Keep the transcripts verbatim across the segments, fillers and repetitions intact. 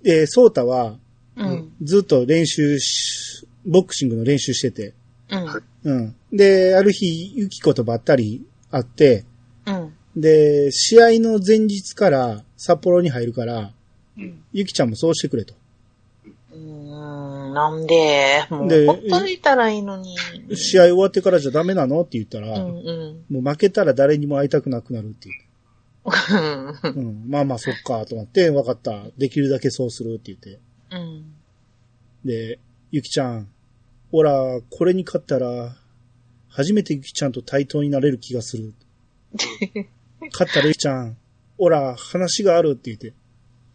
で、ソータは、 うん。 ずっと練習し、ボクシングの練習してて、 うん。 うん。で、ある日、ユキコとばったり会って、 うん。 で、試合の前日から札幌に入るから、 うん。 ユキちゃんもそうしてくれと。 うーん、なんで、もでうほっといたらいいのに。 試合終わってからじゃダメなのって言ったら、 うんうん。 もう負けたら誰にも会いたくなくなるっていう。 うんうん、まあまあそっかと思って、分かった。できるだけそうするって言って。 うん。 で、ゆきちゃん、ほら、これに勝ったら、初めてゆきちゃんと対等になれる気がする。勝ったらゆきちゃん、ほら、話があるって言って。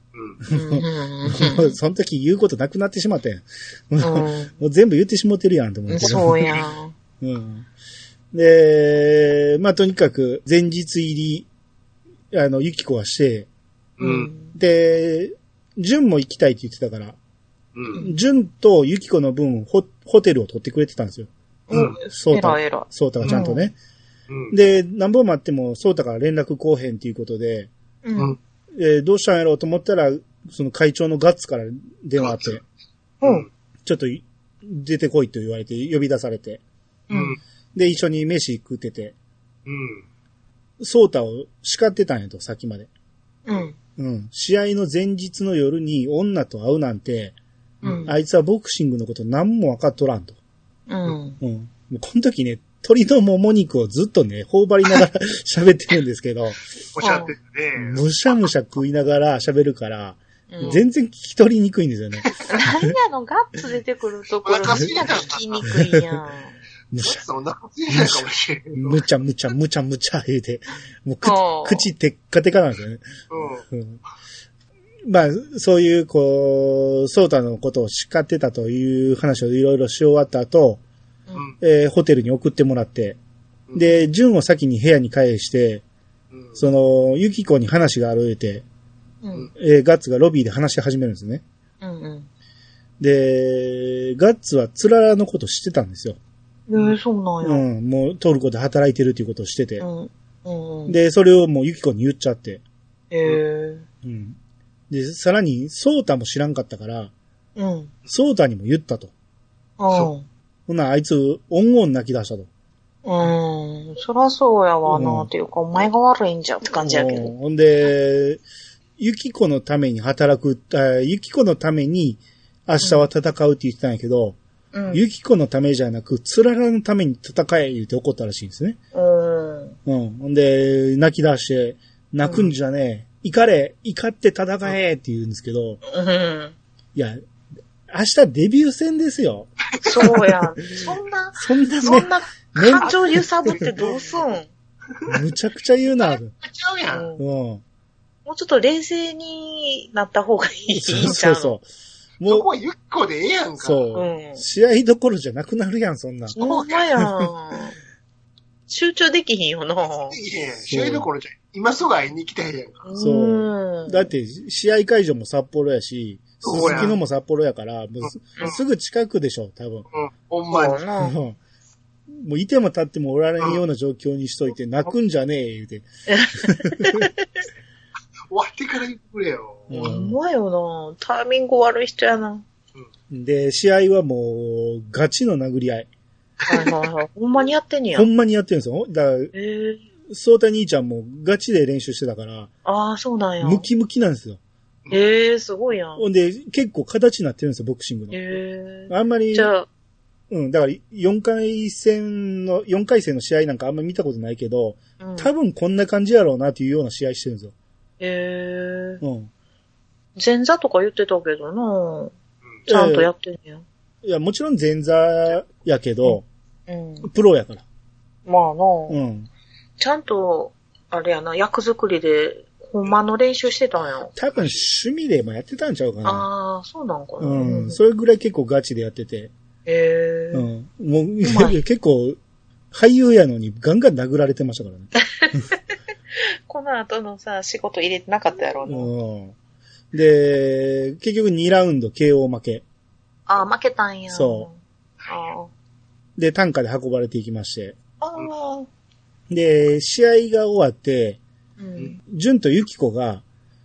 うん、その時言うことなくなってしまってん。うん、もう全部言ってしもってるやんと思って。 そうやん。 うん。で、まあとにかく前日入り、あの、ゆきこはして、 うん、 で、ジュンも行きたいって言ってたから、 うん、 ジュンとゆきこの分ホ、ホテルを取ってくれてたんですよ。 うん。 そうた。そうたがちゃんとね。うん、で、何本待ってもそうたから連絡来おへんっていうことで、 うん。 えー、どうしたんやろうと思ったら、その会長のガッツから電話あって、 うん。 ちょっと出てこいと言われて呼び出されて、 うん。 で、一緒に飯食ってて、 うん。 ソータを叱ってたんやと、さっきまで。 うん。 うん。試合の前日の夜に女と会うなんて、 うん。 あいつはボクシングのこと何も分かっとらんと。 うん。うん。 もうこの時ね、鶏のもも肉をずっとね、頬張りながら喋ってるんですけど、 おっしゃっててね。 むしゃむしゃ食いながら喋るから、うん、全然聞き取りにくいんですよね。 何やのガッツ出てくるところみんな聞きにくいやん。 むしゃ、そんなこと言えないかもしれん。 むちゃむちゃむちゃむちゃ言うて、もう口、口テッカテカなんですよね。うんうん、まあ、そういう、こう、ソータのことを叱ってたという話をいろいろし終わった後、うんえー、ホテルに送ってもらって、で、ジュンを先に部屋に返して、うん、その、ユキコに話がある言うて、うんえー、ガッツがロビーで話し始めるんですね。 うんうん、 で、ガッツはつららのこと知ってたんですよ。 えー、そうなんや。 うん、もうトルコで働いてるっていうことをしてて。 うんうんうん、 で、それをもうユキコに言っちゃって。 へえ。 うん。で、さらに、ソータも知らんかったから、 うん。 ソータにも言ったと。 ああ。 ほな、あいつ、オンオン泣き出したと。 うん。そらそうやわな、うん、っていうか、お前が悪いんじゃって感じやけど。 ほんで、ユキコのために働く、ユキコのために明日は戦うって言ってたんやけど、うん、ユキコのためじゃなく、つららのために戦え言って怒ったらしいんですね。うん。うん。ほんで、泣き出して、泣くんじゃねえ。うん怒れ怒って戦えって言うんですけど、うん、いや、明日デビュー戦ですよ。 そうや。そんな、そんな、ね、そんな感情揺さぶってどうすんむちゃくちゃ言うな。 ちゃうやん。 うん。もうちょっと冷静になった方がいいんちゃうの。 そうそう。 もうそこはゆっこでええやんか。 そう、うん。試合どころじゃなくなるやん、そんな。 ほんまやん。集中できひんよな。 いや試合どころじゃ、今すぐ会いに行きたいやんか。 そう。だって、試合会場も札幌やし、鈴木のも札幌やから、もう す,、うん、すぐ近くでしょ、多分。 うん、ほんまに。 もういても立ってもおられんような状況にしといて、泣くんじゃねえ、言うて。 終わってから言ってくれよ。 ほんまよな。タイミング悪い人やな。 で、試合はもう、ガチの殴り合い。 はいはいはい。ほんまにやってんねや。 ほんまにやってるんですよ。だから、えー、 ソータ兄ちゃんもガチで練習してたから。 ああ、そうなんや。 ムキムキなんですよ。 ええー、すごいやん。 ほんで、結構形になってるんですよ、ボクシングの。 ええー。 あんまり、 じゃあ、 うん、だからよんかい戦の、よんかい戦の試合なんかあんまり見たことないけど、うん、多分こんな感じやろうなっていうような試合してるんですよ。 ええー。 うん。 前座とか言ってたけどな、ちゃんとやってんねや。 いや、もちろん前座やけど、 うん、 プロやから。 まあな、 うん。 ちゃんと、あれやな、役作りで、ほんまの練習してたんや。 多分趣味でもやってたんちゃうかな。 ああ、そうなんかな。 うん。それぐらい結構ガチでやってて。 へえー。 うん。もう、結構、俳優やのにガンガン殴られてましたからね。 この後のさ、仕事入れてなかったやろうな。 うん。で、結局にラウンド ケーオー 負け。 ああ、負けたんや。 そう。 ああ。 で、担架で運ばれていきまして。 ああ。 で、試合が終わって、うん、ジュンとユキコが、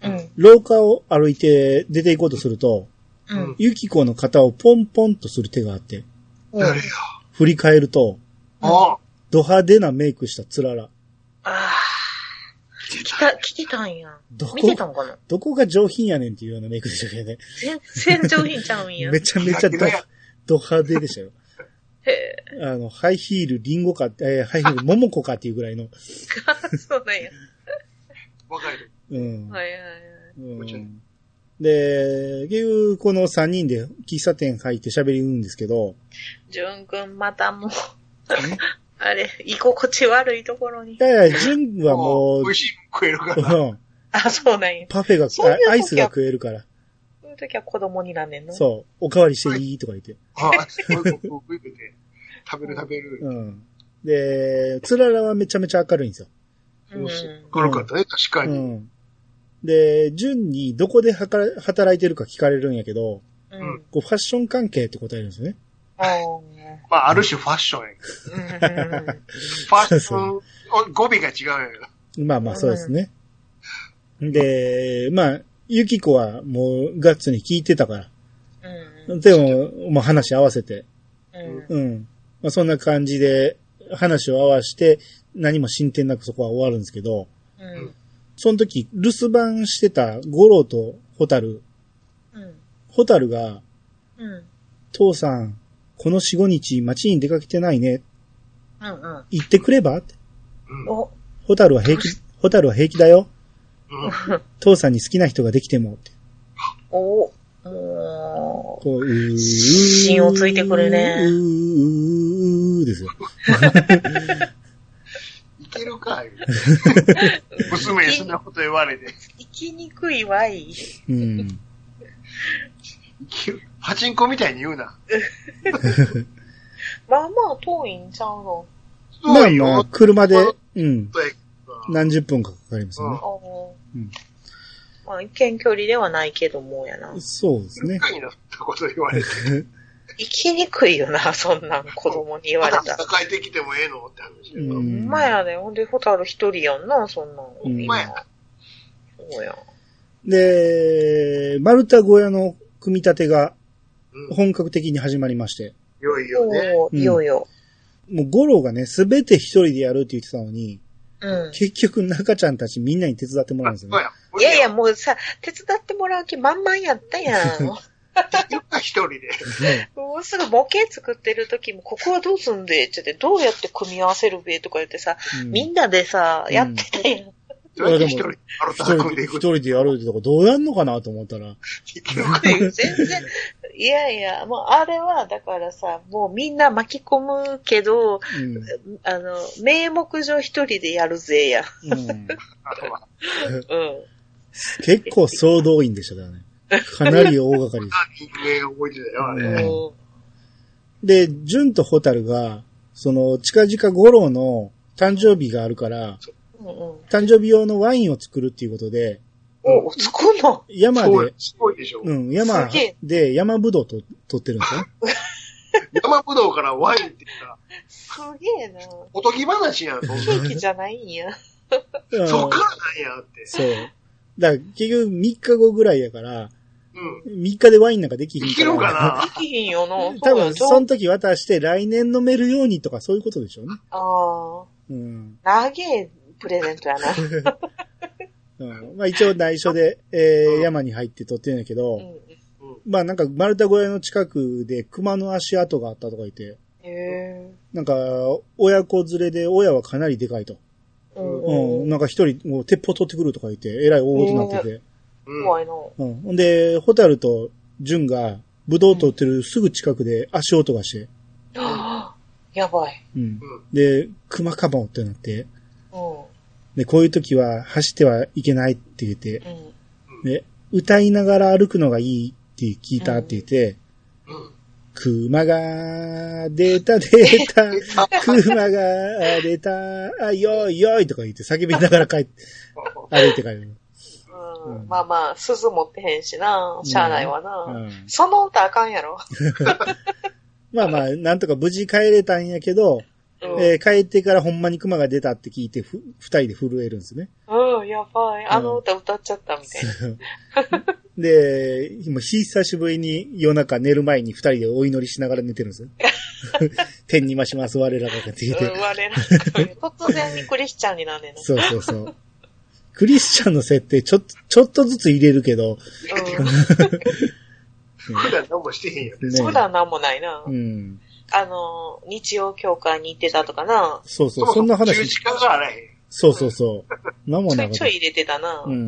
うん。 廊下を歩いて出て行こうとすると、 うん。 ユキコの肩をポンポンとする手があって、 誰や。 振り返ると、 ああ。 ド派手なメイクしたつらら。 ああ。来た、来てたんや。 どこ見てたんかな。 どこが上品やねんっていうようなメイクでしたけどね。 全然上品ちゃうんや。 めちゃめちゃド、ド派手でしたよ。 へえ。 あの、ハイヒール、リンゴか、えー、ハイヒール、モモコかっていうぐらいの。 そうなんや。 わかる。 うん。 はいはいはい。 うん、で、結局、このさんにんで喫茶店入って喋りるんですけど。 ジュン君またもう、あれ、居心地悪いところに。 いやいや、ジュンはもう、 美味しい食えるから。 うん。 あ、そうなんや。 パフェが、 そういう時はアイスが食えるから。 そういう時は子供になんねんの。 そう。おかわりしていいとか言って。 ああ、そういうこと食べる食べる。 うん。で、つららはめちゃめちゃ明るいんですよ。 うん。 明るかったね、確かに。 うん。で、順にどこで働いてるか聞かれるんやけど、 うん、 こうファッション関係って答えるんですよね。 あまあ、ある種ファッションやけど。ファッション、語尾が違うんやけど。 まあまあそうですね。うん、で、まあ、ゆきこはもうガッツに聞いてたから。うん、でも、もう話合わせて。うん。うん。まあそんな感じで話を合わせて何も進展なくそこは終わるんですけど、うん、その時留守番してた五郎とホタル。うん、ホタルが、うん、父さん、この四五日街に出かけてないね。うんうん、行ってくればって。うん、ホタルは平気、ホタルは平気だよ。うん、父さんに好きな人ができてもって。 おお。 こう、うー。 芯をついてくるね。 うーですよ。 いけるか娘にそんなこと言われて。 生きにくいわい。 うん。 パチンコみたいに言うな。 まあまあ遠いんちゃうの。 まあまあ、車で、うん。何十分かかかりますよね。うん。 まあ、一見距離ではないけどもやな。 そうですね。 生きになったこと言われて。 生きにくいよな、そんなん子供に言われたら。 抱えてきてもええのって話やな。 ほんまやで、ほんで、ホタル一人やんな、そんなん。ほんまや。 そうや。 で、丸太小屋の組み立てが本格的に始まりまして。 いよいよね。 いよいよ。 もう五郎がね、すべて一人でやるって言ってたのに、 うん、 結局中ちゃんたちみんなに手伝ってもらうんですよね。 いやいや、もうさ、手伝ってもらう気満々やったやん。 一人で。 もうすぐ模型作ってる時も、ここはどうすんで、ちょっとどうやって組み合わせるべとか言ってさ、うん、みんなでさ、やってたやん。 どうやって一人、 一人でやるってとこどうやんのかなと思ったら。 全然、いやいや、もうあれは、だからさ、もうみんな巻き込むけど、うん、あの、名目上一人でやるぜや。うん。うん、 結構総動員でしたからね。かなり大掛かりです。で、純とホタルが、その、近々五郎の誕生日があるから、うんうん、誕生日用のワインを作るっていうことで、 お、作るの山で、 すごいでしょ。 うん、山で山ぶどうと取ってるんですよ。 山ぶどうからワインって言ったら、 すげえな。 おとぎ話やん、そんな。ケーキじゃないんや。 そっからなんやって。 そう。だから結局みっかごぐらいやから、うん、みっかでワインなんかできひんから。 できるかなできひんよな。 多分、その時渡して来年飲めるようにとかそういうことでしょうね。 ああ。 うん。 長えプレゼントやな。 うん、まあ一応内緒で、えーうん、山に入って撮ってるんだけど、うん、まあなんか丸太小屋の近くで熊の足跡があったとか言って、 へなんか親子連れで親はかなりでかいと。うんうん、なんか一人もう鉄砲取ってくるとか言って、えらい大事になってて。 怖いな。 うん。ほんで、ホタルとジュンがブドウ取ってるすぐ近くで足音がして。 はぁ、やばい。 うん。で、熊かもってなって。うん。で、こういう時は走ってはいけないって言って。うん。で、歌いながら歩くのがいいって聞いたって言って。うん。熊が出た出た、熊が出た、あ、よいよいとか言って叫びながら帰って、歩いて帰る。 うんうん、まあまあ、鈴持ってへんしな、しゃあないわな。うん、その歌あかんやろ。 まあまあ、なんとか無事帰れたんやけど、うん、えー、帰ってからほんまに熊が出たって聞いて、ふ、二人で震えるんですね。 うん、 やばい。あの歌歌っちゃったみたいな。 で、今、久しぶりに夜中寝る前に二人でお祈りしながら寝てるんですよ。天に増します我らがって言って。 うん、我らが。突然にクリスチャンになんねんな。 そうそうそう。クリスチャンの設定ちょっと、ちょっとずつ入れるけど。うん、 普段何もしてへんよね。 ね、普段何もないな。 うん。 あの、日曜教会に行ってたとかな。 そうそう、そんな話。 十字架があらへん。 そうそうそう。何もなかった。 ちょいちょい入れてたな。 うん。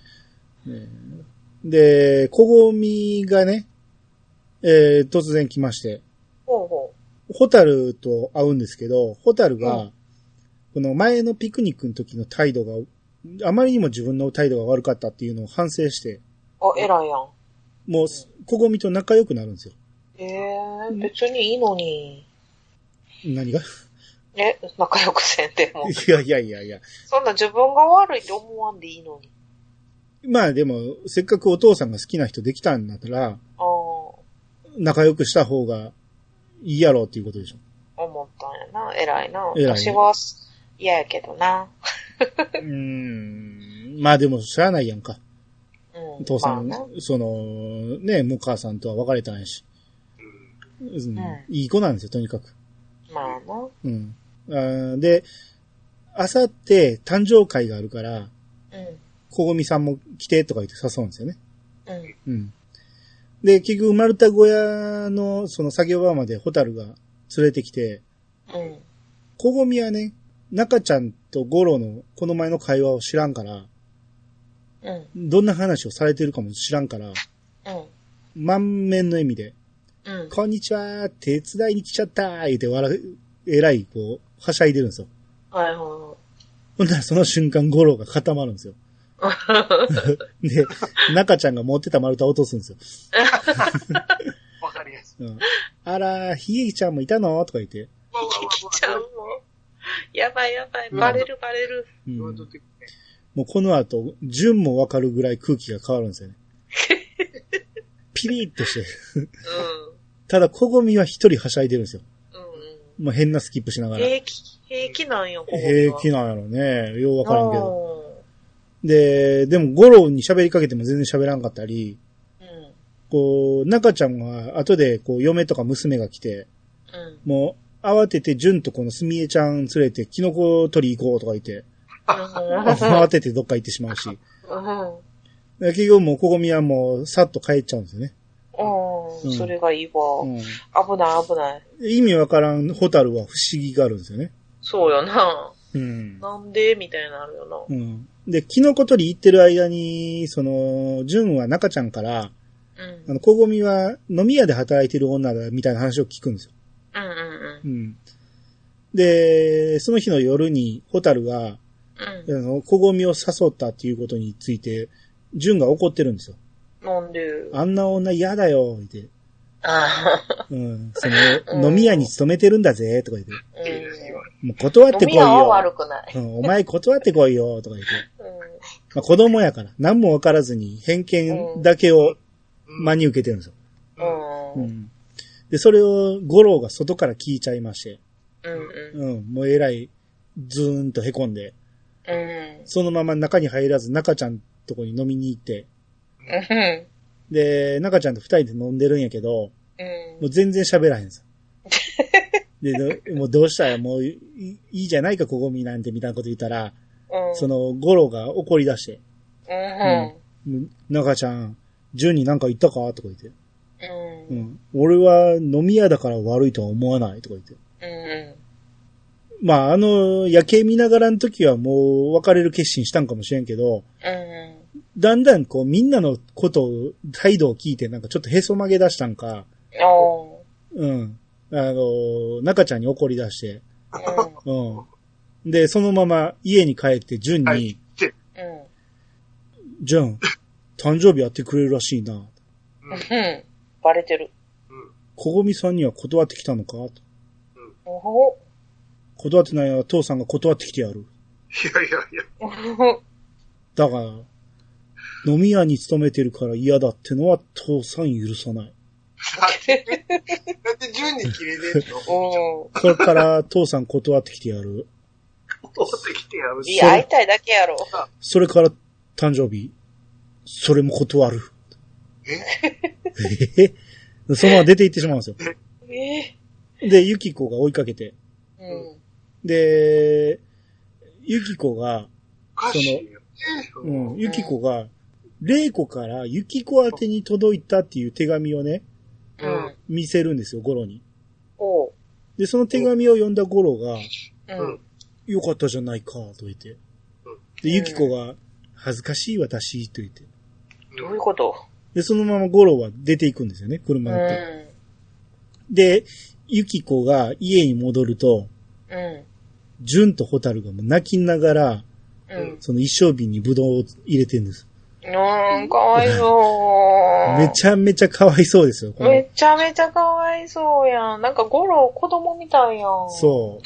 で、小ゴがね、えー、突然来まして。 ほうほう。ホタルと会うんですけど、ホタルが、うん、この前のピクニックの時の態度が、あまりにも自分の態度が悪かったっていうのを反省して。 あ、偉いやん。 もう、小ゴと仲良くなるんですよ。 ええー、別にいいのに。 何が？ え、仲良くせんでも。 いやいやいやいや。 そんな自分が悪いって思わんでいいのに。 まあでも、せっかくお父さんが好きな人できたんだったら、あ仲良くした方がいいやろうっていうことでしょ。 思ったんやな。偉いな。 偉い、ね。 私は嫌やけどな。 うーん。まあでも、しゃあないやんか。うん、お父さん、まあ、その、ね、向川さんとは別れたんやし。うんうん、いい子なんですよ、とにかく。 まあな。 うん。あで、あさって誕生会があるから、うん。小ゴさんも来てとか言って誘うんですよね。うん。うん。で、結局、丸太小屋の、その作業場までホタルが連れてきて、うん。小ゴはね、中ちゃんとゴロのこの前の会話を知らんから、うん。どんな話をされてるかも知らんから、うん。満面の笑みで、うん。こんにちは、手伝いに来ちゃったー言って笑う、えらい、こう、はしゃいでるんですよ。はいはいはい。ほんならその瞬間、ゴロが固まるんですよ。で、中ちゃんが持ってた丸太を落とすんですよ。 わかりやすい。 うん、あら、ひげきちゃんもいたのとか言って。ひげきちゃんも。やばいやばい、バレるバレる。うん、 もうこの後、順もわかるぐらい空気が変わるんですよね。ピリッとして。うん、ただ、小ゴミは一人はしゃいでるんですよ。うん、もう変なスキップしながら。 平気、平気なんよ、 小ゴミは。平気なんやろね。ようわからんけど。で、でも、ゴロに喋りかけても全然喋らんかったり、うん、こう、中ちゃんは後で、こう、嫁とか娘が来て、うん、もう、慌てて、純とこのすみえちゃん連れて、キノコ取り行こうとか言って、慌ててどっか行ってしまうし、うん、結局もう、ここみはもう、さっと帰っちゃうんですよね。 うん、それがいいわ。うん、危ない危ない。 意味わからんホタルは不思議があるんですよね。 そうよな。うん、なんでみたいなのあるよな。 うんで、キノコ取り行ってる間に、その、純は中ちゃんから、うん、あの、小ゴミは飲み屋で働いてる女だ、みたいな話を聞くんですよ。うんうんうん。うん。で、その日の夜に、ホタルが、うん、あの、小ゴミを誘ったっていうことについて、純が怒ってるんですよ。 なんであんな女嫌だよ、って。ああ。うん。その、飲み屋に勤めてるんだぜ、とか言って。うん、もう断ってこいよ。飲み屋は悪くない。うん。お前断ってこいよ、とか言って。うん、まあ、子供やから、何も分からずに偏見だけを真に受けてるんですよ。うん。うん、で、それを五郎が外から聞いちゃいまして。うん、うん。うん。もうえらい、ズーンと凹んで。うん。そのまま中に入らず、中ちゃんとこに飲みに行って。うん。で、中ちゃんと二人で飲んでるんやけど、うん、もう全然喋らへんす。で、もうどうしたらもういいじゃないか、こごみなんてみたいなこと言ったら、うん、その、ゴロが怒り出して、うん。うん、中ちゃん、純になんか言ったかとか言って、うん。うん。俺は飲み屋だから悪いとは思わないとか言って。うん。まあ、あの、夜景見ながらの時はもう別れる決心したんかもしれんけど、うんだんだんこうみんなのことを、態度を聞いてなんかちょっとへそ曲げ出したんか、うん。あの、中ちゃんに怒り出して、うん。で、そのまま家に帰って純に、はい、純、誕生日やってくれるらしいな。うん。 バレてる。 小ゴミさんには断ってきたのかと。うん。断ってないなら父さんが断ってきてやる。 いやいやいや。 だから、飲み屋に勤めてるから嫌だってのは父さん許さない。 なんで順に切れてんの？ これから父さん断ってきてやる。 ってきてやる。 いや、会いたいだけやろ。 それから誕生日、それも断る。 ええそのまま出て行ってしまうんですよ。 えで、ユキコが追いかけて。 うん。 で、ユキコが、 おかしいよね。 うん、ユキコが、レイコからユキコ宛てに届いたっていう手紙をね、 うん。 見せるんですよ、ゴロに。 おう。 で、その手紙を読んだゴロが、 うん。 よかったじゃないか、と言って。で、ユキコが、恥ずかしい私、と言って。 どういうこと？ で、そのままゴロは出ていくんですよね、車乗って。うん、で、ユキコが家に戻ると、 うん。 ジュンとホタルがもう泣きながら、 うん。 その一升瓶にブドウを入れてるんです。 うーん、かわいそう。 めちゃめちゃかわいそうですよ。 めちゃめちゃかわいそうやん。なんかゴロ子供みたいやん。 そう。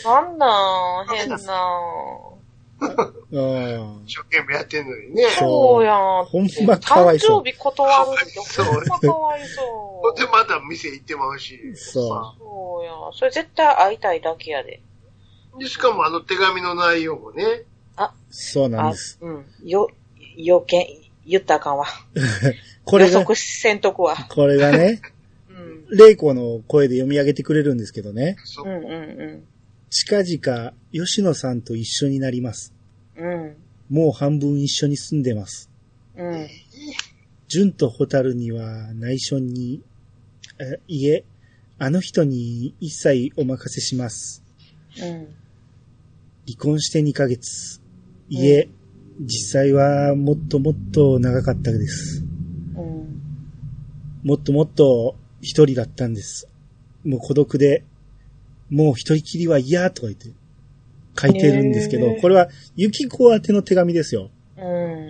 なんなん、変な。 一生懸命やってんのにね。 そうやん。 ほんまかわいそう。 誕生日断るってほんまかわいそう。 で、また店行ってまうし。 そう。 そうやん。それ絶対会いたいだけやで。 で、しかもあの手紙の内容もね。 あ、そうなんです。 うん。よ、予見、言ったらあかんわ。 これが、 予測せんとくわ。 これがね、うん、レイコの声で読み上げてくれるんですけどね。 うんうんうん。 近々、吉野さんと一緒になります。 うん。 もう半分一緒に住んでます。 うん。 純とホタルには内緒に、え、いえ、あの人に一切お任せします。 うん。 離婚してにかげつ。いえ、うん、実際はもっともっと長かったです。うん。もっともっと一人だったんです。もう孤独で、もう一人きりは嫌とか言って書いてるんですけど、これはユキコ宛ての手紙ですよ。 うん、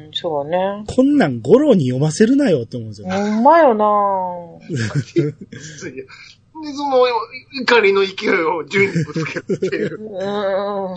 そうね。 こんなんゴロに読ませるなよって思うんですよ。 ほんまよなぁ。 で、その怒りの勢いを順にぶつけるっていう。うん。も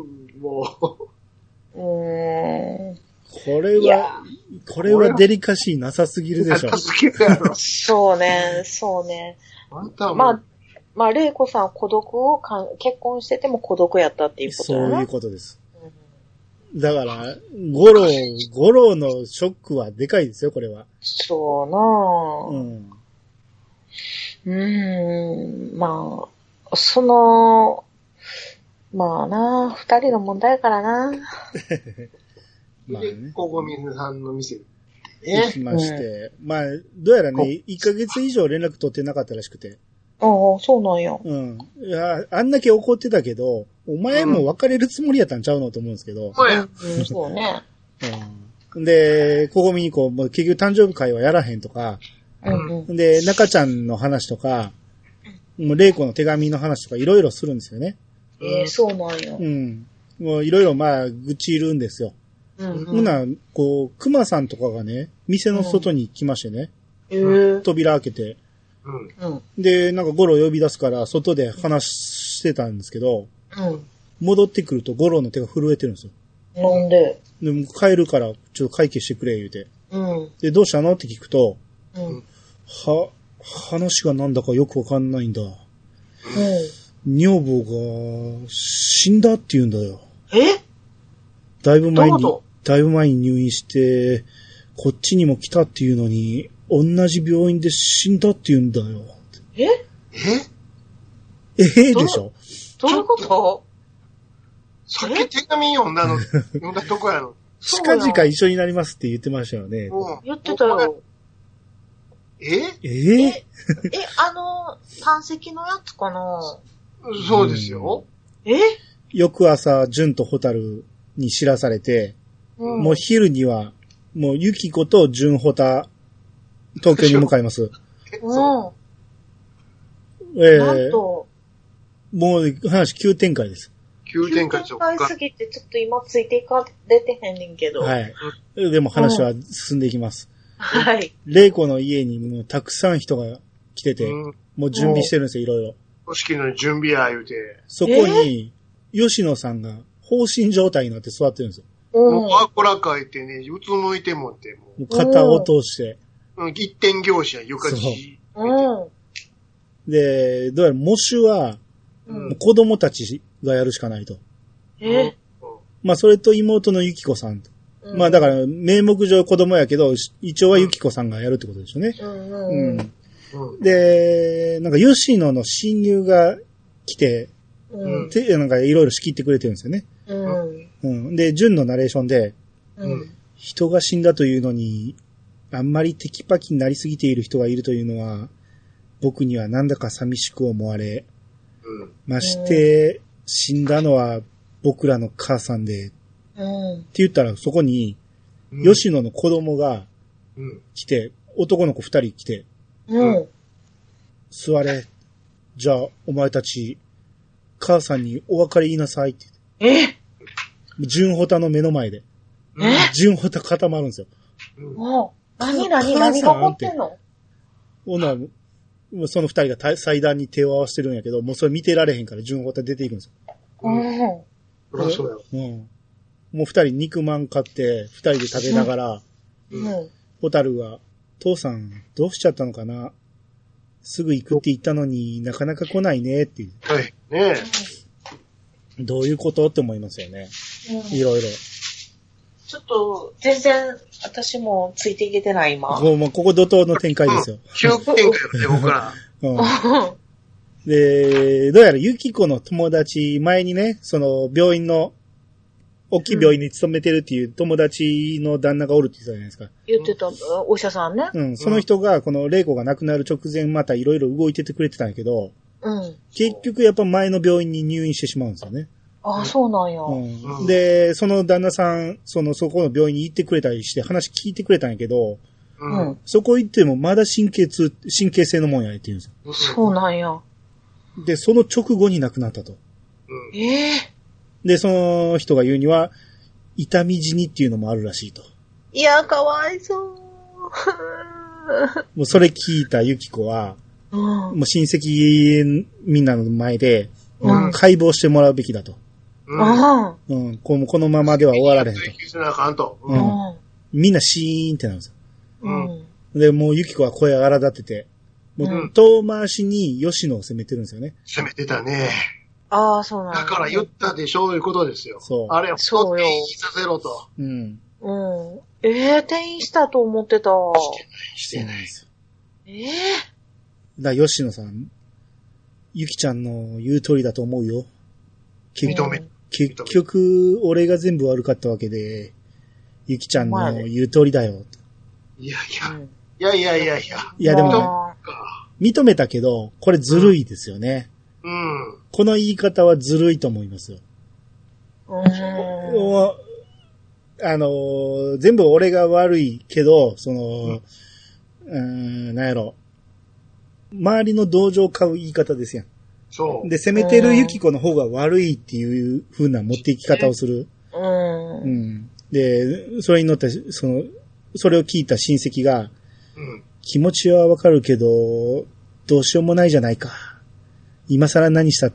う。うん。 これは、これはデリカシーなさすぎるでしょ。 なさすぎるやろ。 そうね、そうね。まあ、まあ、玲子さんは孤独をかん、結婚してても孤独やったっていうことだな。 そういうことです。うん、だから、ゴロ、ゴロのショックはでかいですよ、これは。 そうなぁ。うん。うーん、まあ、その、まあなぁ、二人の問題やからなまあね。で、ここみずさんの店行きまして、うん、まあ、どうやらね、いっかげつ以上連絡取ってなかったらしくて。 ああ、そうなんや。 うん。いや、あんだけ怒ってたけど、お前も別れるつもりやったんちゃうのと思うんですけど。 うん、うん、そうね。 うん。で、ここ見にこう、もう結局誕生日会はやらへんとか、うんうん、で、中ちゃんの話とか、もう、玲子の手紙の話とかいろいろするんですよね。 ええー、そうなんや。 うん。もういろいろまあ、愚痴るんですよ。うん、うん。ほな、こう、熊さんとかがね、店の外に来ましてね。うん、えー、扉開けて。うん。で、なんかゴロ呼び出すから、外で話してたんですけど、うん。戻ってくるとゴロの手が震えてるんですよ。 なんで？ でも帰るから、ちょっと会計してくれ、言うて。うん。で、どうしたのって聞くと、うん。は、話がなんだかよくわかんないんだ。うん。女房が死んだって言うんだよ。 え？ だいぶ前に、だいぶ前に入院して、こっちにも来たっていうのに、同じ病院で死んだって言うんだよ。 え？え？ ええでしょ？ どういうこと？ さっき手紙読んだの、読んだとこやろ。 近々一緒になりますって言ってましたよね。 うん、言ってたよ。 え？ えええ、あの、胆石のやつかな？ そうですよ。 うん、え？ 翌朝、純とホタルに知らされて、うん、もう昼には、もうユキコと純ホタ、東京に向かいます。うん。ええー、 なんと。 もう話急展開です。 急展開急展開すぎてちょっと今ついていかれてへんねんけど。 はい。でも話は進んでいきます。 うん、はい。 玲子の家にもうたくさん人が来てて、うん、もう準備してるんですよ、いろいろ。 組織の準備や言うて。 そこに、吉野さんが放心状態になって座ってるんですよ。 もうあこらかいてね、うつむいてもって、 もう肩を通して。 うん、一点業者床地。 うん。 で、どうやら模試は、うん、子供たちがやるしかないと。 えまあ、それと妹のゆきこさん。うん、まあ、だから、名目上子供やけど、一応はゆきこさんがやるってことでしょうね。うん。うん、で、なんか、吉野の親友が来て、うん、で、なんか、いろいろ仕切ってくれてるんですよね。うん。うん。で、純のナレーションで、うん、人が死んだというのに、あんまりテキパキになりすぎている人がいるというのは、僕にはなんだか寂しく思われ、うん、まして、死んだのは僕らの母さんで、うん、って言ったらそこに、うん、吉野の子供が来て、男の子二人来て、うん、座れ。じゃあ、お前たち、母さんにお別れ言いなさいって言って。え純ホタの目の前で。え純ホタ固まるんですよ。 もう、何何何が起こってんの？ ほな、その二人が祭壇に手を合わせてるんやけど、もうそれ見てられへんから純ホタ出ていくんですよ。うん。うん。そうよ。うん。もう二人肉まん買って、二人で食べながら、うん。ホタルが、父さん、どうしちゃったのかな？すぐ行くって言ったのになかなか来ないねっていう。はい。ねえ。どういうことって思いますよね。うん、いろいろ。 ちょっと、全然、私もついていけてない今。 もう、もうここ怒涛の展開ですよ。 急展開ですよ、僕ら。うん。 で、どうやらユキコの友達、前にね、その、病院の、大きい病院に勤めてるっていう友達の旦那がおるって言ってたじゃないですか。 言ってた、お医者さんね。 うん、その人が、この玲子が亡くなる直前またいろいろ動いててくれてたんやけど、うん。結局やっぱ前の病院に入院してしまうんですよね。 ああ、そうなんや、 うん。で、その旦那さん、その、そこの病院に行ってくれたりして話聞いてくれたんやけど、うん。そこ行ってもまだ神経痛、神経性のもんやって言うんですよ。 そうなんや。 で、その直後に亡くなったと。うん、ええー。で、その人が言うには、痛み死にっていうのもあるらしいと。 いや、かわいそう。 もうそれ聞いたユキコは、うん、もう親戚みんなの前で、うん、解剖してもらうべきだと。うん。うん。この、このままでは終わられへんと。うん。みんなシーンってなるんですよ。うん。で、もうユキコは声荒立ってて、もう遠回しに吉野を攻めてるんですよね。 攻めてたね。 ああ、そうなんだ。 だから言ったでしょういうことですよ。そう。あれをそうよ。転院させろと。うん。 うん。ええー、転院したと思ってた。 してないですよ。ええー。だから吉野さん、ゆきちゃんの言う通りだと思うよ。認め。結局、俺が全部悪かったわけで、ゆきちゃんの言う通りだよ。 いやいや、いやいやいやいや。 いやでも、認めたけど、これずるいですよね。うん。この言い方はずるいと思いますよ。うん。あの、全部俺が悪いけど、その、うん、うーん、なんやろ。周りの同情を買う言い方ですやん。そう。で、攻めてるユキコの方が悪いっていう風な持っていき方をする。うん。うん。で、それに乗って、その、それを聞いた親戚が、うん、気持ちはわかるけど、どうしようもないじゃないか。今更何したって、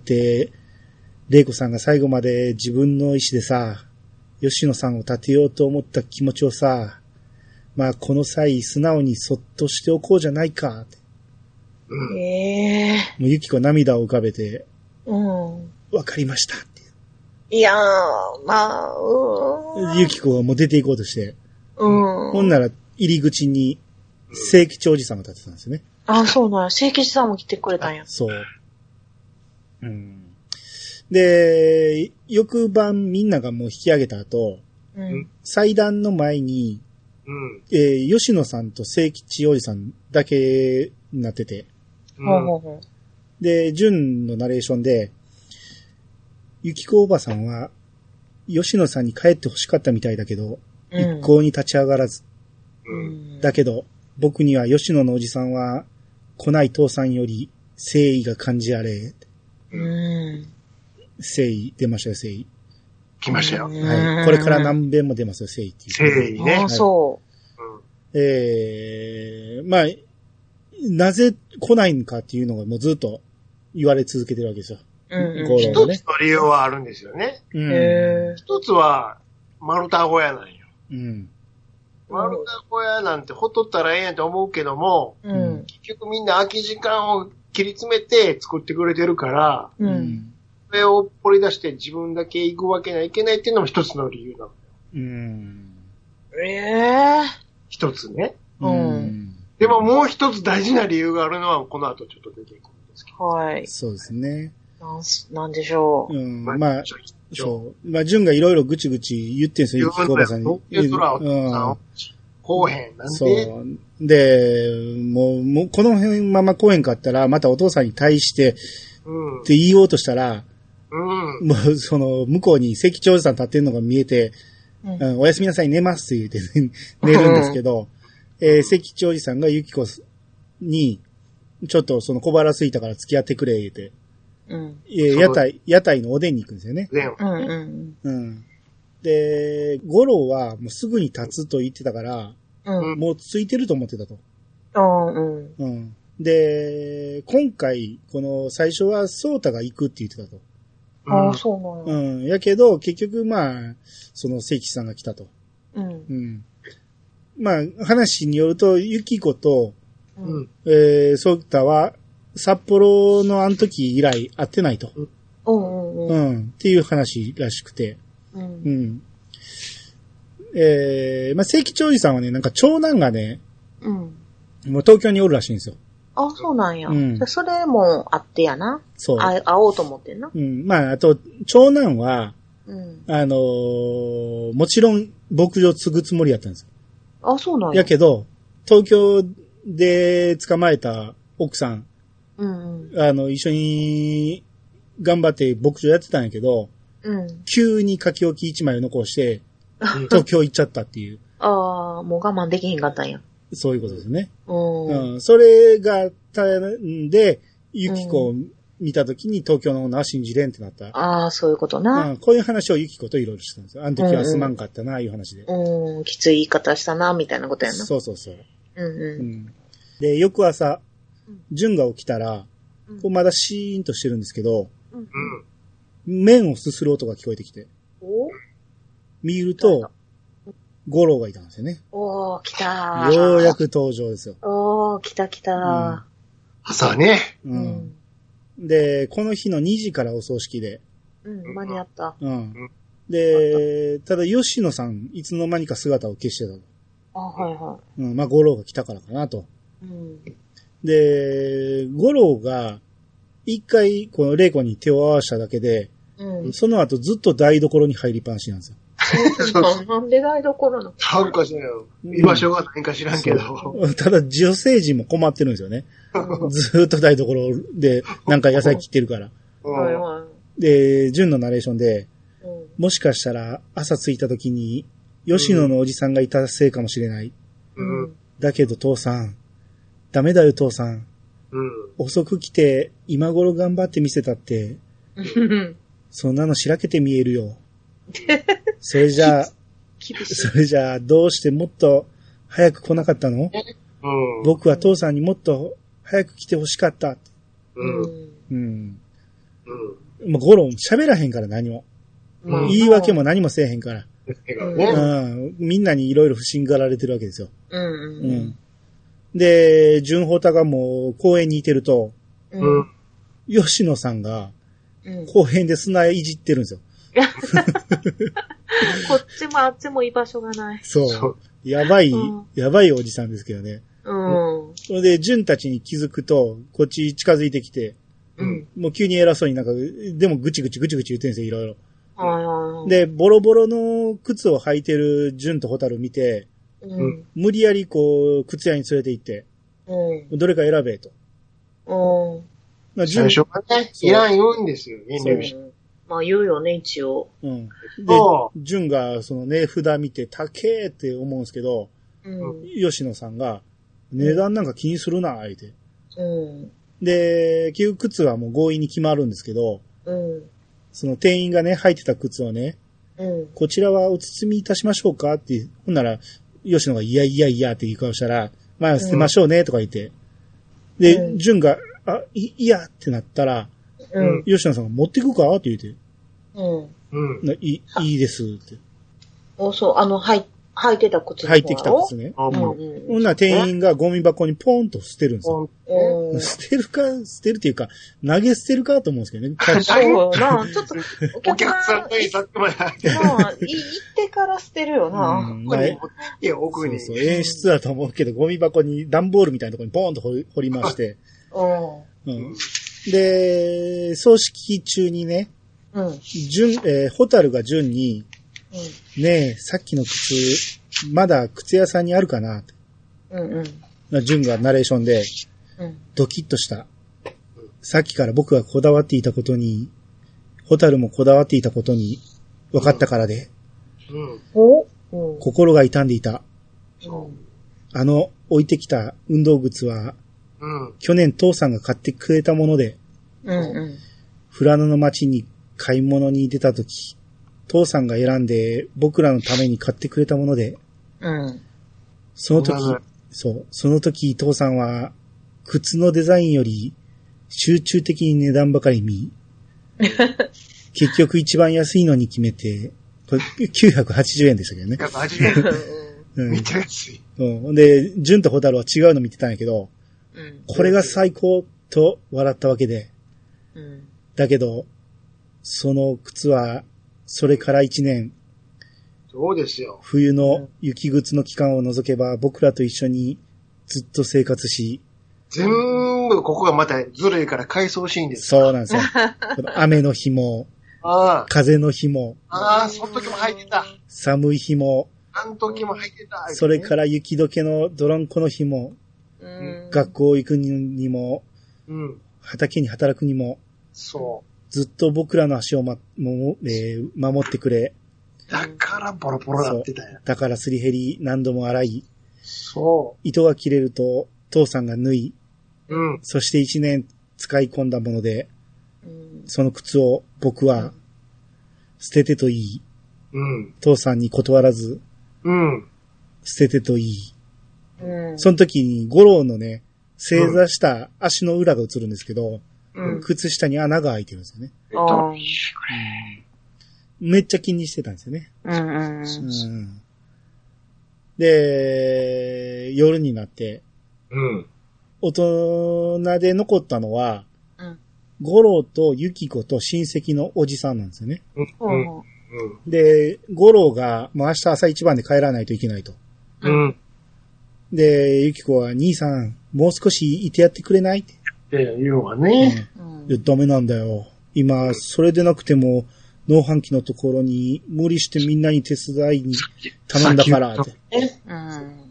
玲子さんが最後まで自分の意思でさ、吉野さんを立てようと思った気持ちをさ、まあこの際素直にそっとしておこうじゃないかって。うん、ええー。もうゆきこ涙を浮かべて、うん。わかりましたって。 いやー、まあ、 うん。ゆきこはもう出ていこうとして、うん。ほんなら入り口に聖吉おじさんが立ってたんですよね。 あ、そうなんや。聖吉さんも来てくれたんや。 そう。うん。で、翌晩みんながもう引き上げた後、うん、祭壇の前に、うんえー、吉野さんと聖吉おじさんだけになってて、うん、で、純のナレーションで、ゆきこおばさんは、吉野さんに帰って欲しかったみたいだけど、うん、一向に立ち上がらず、うん、だけど、僕には吉野のおじさんは、来ない父さんより誠意が感じられ、うん誠意、出ましたよ、誠意。 来ましたよ。 はい。これから何遍も出ますよ、誠意っていう。 誠意ね。あ、 そう。 ええー、まあ、なぜ来ないんかっていうのがもうずっと言われ続けてるわけですよ。 うん、一つの理由はあるんですよね。うん、一つは、丸太小屋なんよ。うん、丸太小屋なんてほっとったらええやんと思うけども、うん、結局みんな空き時間を切り詰めて作ってくれてるから、うんそれを掘り出して自分だけ行くわけにはいけないっていうのも一つの理由なの。 うん。 ええー。 一つね。 うん。 でももう一つ大事な理由があるのはこの後ちょっと出てくるんですけど。 はい。 そうですね。 なんす、なんでしょう。 うん。まあ、まあ、そう。まあ、純がいろいろぐちぐち言ってんすよ、ゆきこばさんに。 言うとら、うん。こうへん、なんで。 そう。で、もう、もうこの辺ままこうへんかったら、またお父さんに対して、うん、って言おうとしたら、うん、もう、その、向こうに関長さん立ってるのが見えて、うん、おやすみなさい、寝ますって言って、寝るんですけど、うん、えー、関長さんがゆきこに、ちょっとその小腹空いたから付き合ってくれ、言って、うん、えー、屋台、屋台のおでんに行くんですよね。うんうんうん、で、五郎はもうすぐに立つと言ってたから、うん、もうついてると思ってたと。うんうん、で、今回、この最初はソータが行くって言ってたと。 ああ、そうなんや。 うん。やけど、結局まあ、その関さんが来たと。うん。うん。まあ、話によると、ユキコと、うん、えー、ソータは、札幌のあの時以来会ってないと。うん。うん。っていう話らしくて。うん。うん。えー、まあ、関長司さんはね、なんか長男がね、うん。もう東京におるらしいんですよ。 あ、そうなんや。うん、それもあってやな。そう。あ会おうと思ってんな。 うん。まあ、あと、長男は、うん、あのー、もちろん牧場継ぐつもりやったんですよ。 あ、そうなんや。 やけど、東京で捕まえた奥さん、うんうん、あの、一緒に頑張って牧場やってたんやけど、うん、急に書き置き一枚を残して、東京行っちゃったっていう。 ああ、もう我慢できへんかったんや。 そういうことですね。うん。それがあったんで、ユキコを見たときに東京の女は信じれんってなった。 ああ、そういうことな。 うん。こういう話をユキコといろいろしたんですよ。あの時はすまんかったな、うんうん、いう話で。 うん。きつい言い方したな、みたいなことやな。 そうそうそう。うんうん。うん、で、翌朝、純が起きたら、うん、こうまだシーンとしてるんですけど、うん、麺をすする音が聞こえてきて。お見ると、五郎がいたんですよね。 おー、来たー。 ようやく登場ですよ。 おー、来た来たー。うん、 朝ね。 うん。で、この日のにじからお葬式で。 うん、間に合った。 うん。で、ただ吉野さん、いつの間にか姿を消してたと。 あ、はいはい。 うん、まあ五郎が来たからかなと。うん。で、五郎が、一回、この玲子に手を合わしただけで、うん、その後ずっと台所に入りっぱなしなんですよ。 なんで台所のあるかしらよ。居場所がないか知らんけど。 ただ、女性陣も困ってるんですよね。ずーっと台所で、なんか野菜切ってるから。はいはい、で、純のナレーションで、うん、もしかしたら朝着いた時に、吉野のおじさんがいたせいかもしれない。うん、だけど父さん、ダメだよ父さん。うん、遅く来て、今頃頑張って見せたって、そんなのしらけて見えるよ。それじゃあ、それじゃあ、どうしてもっと早く来なかったの？うん、僕は父さんにもっと早く来てほしかった。うん。うん。うん。もうゴロ喋らへんから何も。うん、言い訳も何もせえへんから。うん。みんなにいろいろ不審がられてるわけですよ。うん。うん。で、純ホタがもう公園にいてると、うん。吉野さんが公園で砂いじってるんですよ。 こっちもあっちも居場所がない。 そう。やばい、うん、やばいおじさんですけどね。うん。それで、純たちに気づくと、こっち近づいてきて、うん。もう急に偉そうになんか、でもぐちぐちぐちぐち言ってるんですよ、いろいろ。うん。で、ボロボロの靴を履いてる純とホタル見て、うん。無理やりこう、靴屋に連れて行って、うん。どれか選べと。うん。 まあ、最初はね、いらん言うんですよ、遠慮して。 まあ言うよね、一応。 うん。で、純がその値札見て、高えって思うんですけど、うん、吉野さんが、値段なんか気にするな、相手。うん。で、結局靴はもう強引に決まるんですけど、うん。その店員がね、履いてた靴をね、うん。こちらはお包みいたしましょうかって、ほんなら、吉野がいやいやいやって言い顔したら、まあ捨てましょうねとか言って、で、うん、純が、あ、い、いやってなったら、うん、吉野さんが持ってくかって言って。うん。いい、いいですって。 お、そう、あの、はい、 履いてた靴履いてきた靴ね。うん。ほんなら店員がゴミ箱にポンと捨てるんですよ。うん、捨てるか、捨てるっていうか、投げ捨てるかと思うんですけどね。 そうな。ちょっと、 お客さんがいさっきまで入ってる。 行ってから捨てるよな。うん、まあ、いや、奥に。 そうそう、演出だと思うけど、ゴミ箱に、段ボールみたいなところにポーンと掘り掘りまして。うん。で、葬式中にね、うん。順、えー、ホタルが順に、うん、ねえ、さっきの靴、まだ靴屋さんにあるかなうんうん。順がナレーションで、うん、ドキッとした。さっきから僕がこだわっていたことに、ホタルもこだわっていたことに分かったからで、うんうん、心が痛んでいた。うん、あの置いてきた運動靴は、うん、去年父さんが買ってくれたもので、うんうん、富良野の町に買い物に出たとき、父さんが選んで僕らのために買ってくれたもので、うん、その時、そう、その時父さんは靴のデザインより集中的に値段ばかり見、結局一番安いのに決めて、これきゅうひゃくはちじゅうえんでしたけどね。 きゅうひゃくはちじゅうえん。うん、めっちゃ安い。 うん。で、純とホタルは違うの見てたんやけど、うん、これが最高と笑ったわけで、うん、だけど、その靴は、それから一年。 そうですよ。 冬の雪靴の期間を除けば、僕らと一緒にずっと生活し。 全部、ここがまたずるいから回想シーンです。 そうなんですよ。雨の日も、あ風の日も。 ああ、その時も入ってた。 寒い日も。 あの時も入ってた。 それから雪解けの泥んこの日も。うん、学校行くにも、うん、畑に働くにも。そう。ずっと僕らの足を、まもえー、守ってくれ。 だからボロボロなってたよ。 だからすり減り何度も洗い。 そう。 糸が切れると父さんが縫い。うん。そして一年使い込んだもので、うん、その靴を僕は捨ててといい。うん。父さんに断らず。うん。捨ててといい。うん。その時に五郎のね、正座した足の裏が映るんですけど、うん、靴下に穴が開いてるんですよね。うん、めっちゃ気にしてたんですよね。うんうんうん、で、夜になって、うん、大人で残ったのは、うん、五郎とユキコと親戚のおじさんなんですよね。うんうん、で、五郎がもう明日朝一番で帰らないといけないと。うん、で、ユキコは兄さん、もう少しいてやってくれないって。 って言うわね。 うん、いや、ダメなんだよ。今、それでなくても、農飯器のところに無理してみんなに手伝いに頼んだからって。 うん。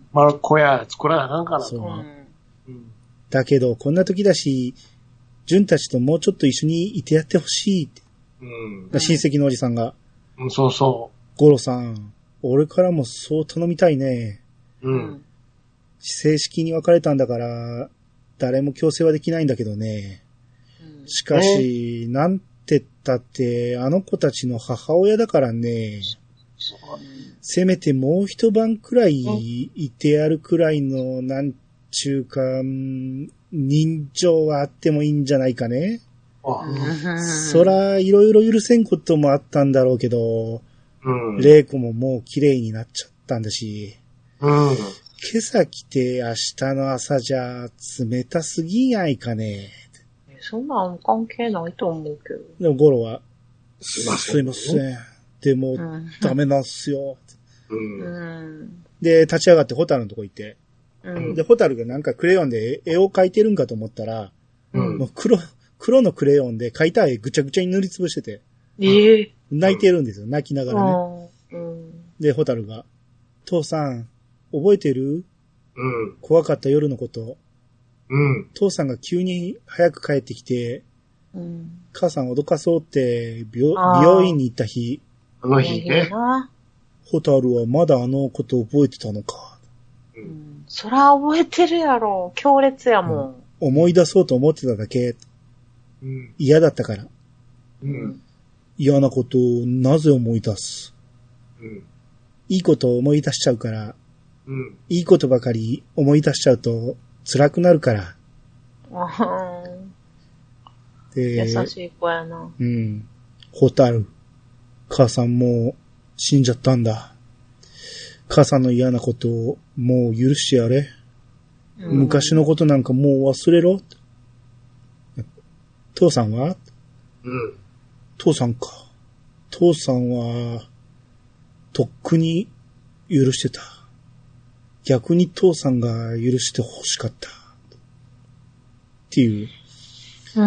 まあ、小屋作らなあかんからと。 うん。だけど、こんな時だし、純たちともうちょっと一緒にいてやってほしいって。うん。親戚のおじさんが。 うん、そうそう。 ゴロさん、俺からもそう頼みたいね。うん。正式に別れたんだから、誰も強制はできないんだけどね。うん、しかし、なんてったって、あの子たちの母親だからね。せめてもう一晩くらいいてやるくらいの、なんちゅうか、人情はあってもいいんじゃないかね。うん、そら、いろいろ許せんこともあったんだろうけど、うん、玲子ももう綺麗になっちゃったんだし。うん今朝来て明日の朝じゃ冷たすぎないかね。 そんなん関係ないと思うけど。 でもゴロは、すいません。すいません。でも、うん、ダメなんすよ、うん。で、立ち上がってホタルのとこ行って。うん、で、ホタルがなんかクレヨンで絵を描いてるんかと思ったら、うん、もう黒、黒のクレヨンで描いた絵ぐちゃぐちゃに塗りつぶしてて。ええー、泣いてるんですよ。泣きながらね。うん、で、ホタルが、父さん、覚えてる？うん。怖かった夜のこと。うん。父さんが急に早く帰ってきて、うん。母さん脅かそうって病、病院に行った日。 あの日ね。 ホタルはまだあのこと覚えてたのか。 うん。そら覚えてるやろ。強烈やもん。 うん、思い出そうと思ってただけ。うん。嫌だったから。うん。嫌なことをなぜ思い出す。うん。いいことを思い出しちゃうから。うん、いいことばかり思い出しちゃうと辛くなるから。 で優しい子やな。 うん。ホタル。母さんもう死んじゃったんだ。 母さんの嫌なことをもう許してやれ。うん、昔のことなんかもう忘れろ。父さんは、 うん、 父さんか。父さんは、とっくに許してた。逆に父さんが許して欲しかった。っていう。 うん、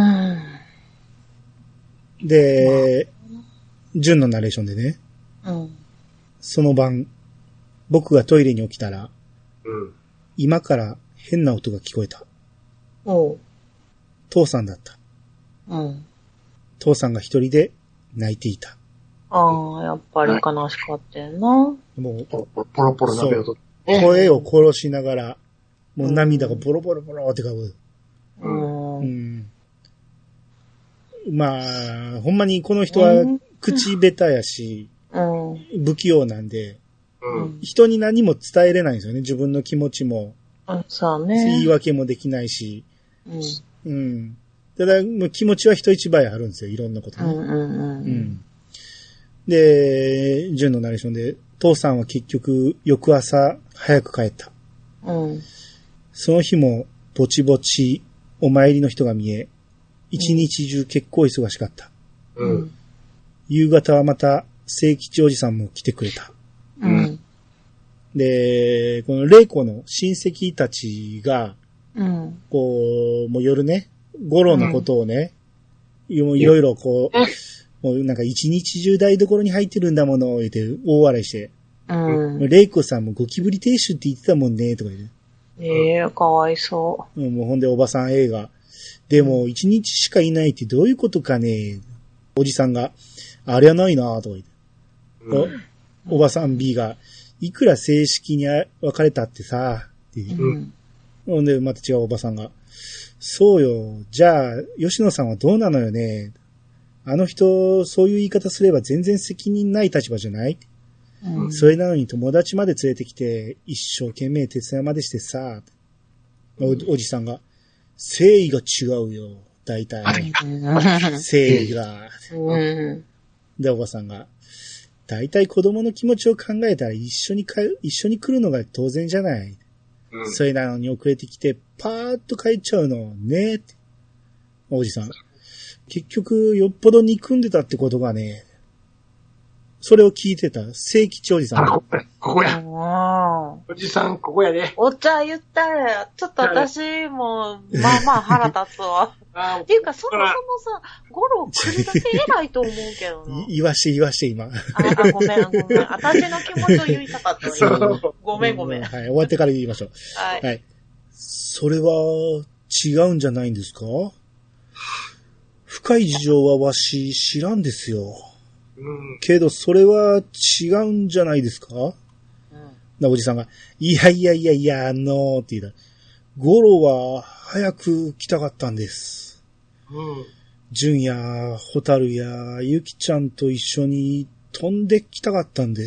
で、純のナレーションでね。 うん、 その晩、僕がトイレに起きたら、 うん、 今から変な音が聞こえた。 おう。 父さんだった。 うん。 父さんが一人で泣いていた。 ああ、やっぱり悲しかったよな。もう、 ポロポロポロ涙と。 声を殺しながら、もう涙がボロボロボロってかぶ。 うん。 うん。まあ、ほんまにこの人は口下手やし、 うん、 不器用なんで、 うん、 人に何も伝えれないんですよね。自分の気持ちも。 そうね。 言い訳もできないし。 うん。 うん。ただ、もう気持ちは人一倍あるんですよ。いろんなことね。 うんうんうん。うん、 で、純のナレーションで、父さんは結局、翌朝、早く帰った。 うん。 その日も、ぼちぼち、お参りの人が見え、一日中結構忙しかった。 うん。 夕方はまた、聖吉おじさんも来てくれた。 うん。 で、この玲子の親戚たちが、 うん。 こう、もう夜ね、五郎のことをね、いろいろこう、もうなんか一日中台所に入ってるんだもの、言って大笑いして。 うん。 玲子さんもゴキブリ亭主って言ってたもんね、とか言って。 ええー、かわいそう。 もうほんでおばさん映画。でも一日しかいないってどういうことかね。おじさんが、あれはないな、とか言って。うん、お, おばさん B が、いくら正式に別れたってさ、っていう。うん。ほんで、また違うおばさんが、そうよ、じゃあ、吉野さんはどうなのよね。あの人、そういう言い方すれば全然責任ない立場じゃない、うん、それなのに友達まで連れてきて、一生懸命手伝いまでしてさ、お, おじさんが、誠意が違うよ、大体。誠意が。 うん、 で、おばさんが、大体子供の気持ちを考えたら一緒に帰、一緒に来るのが当然じゃない。うん、それなのに遅れてきて、パーッと帰っちゃうの、ねって。おじさん。結局、よっぽど憎んでたってことがね、それを聞いてた、聖吉おじさん。 あ、ここや。おじさん、ここやね。 お茶言ったら、ちょっと私も、まあまあ腹立つわ。っていうか、そもそもさ、ゴロ来るだけ偉いと思うけどな。 言わして言わして、今。 あ、ごめん、ごめん。私の気持ちを言いたかった。ごめん、ごめん。 はい、終わってから言いましょう。 はい。 はい。それは、違うんじゃないんですか？深い事情はわし知らんですよ。うん、けど、それは違うんじゃないですか？うん。な、おじさんが、いやいやいやいや、あのー、って言った。ゴロは早く来たかったんです。うん。純や、ホタルや、ゆきちゃんと一緒に飛んできたかったんです。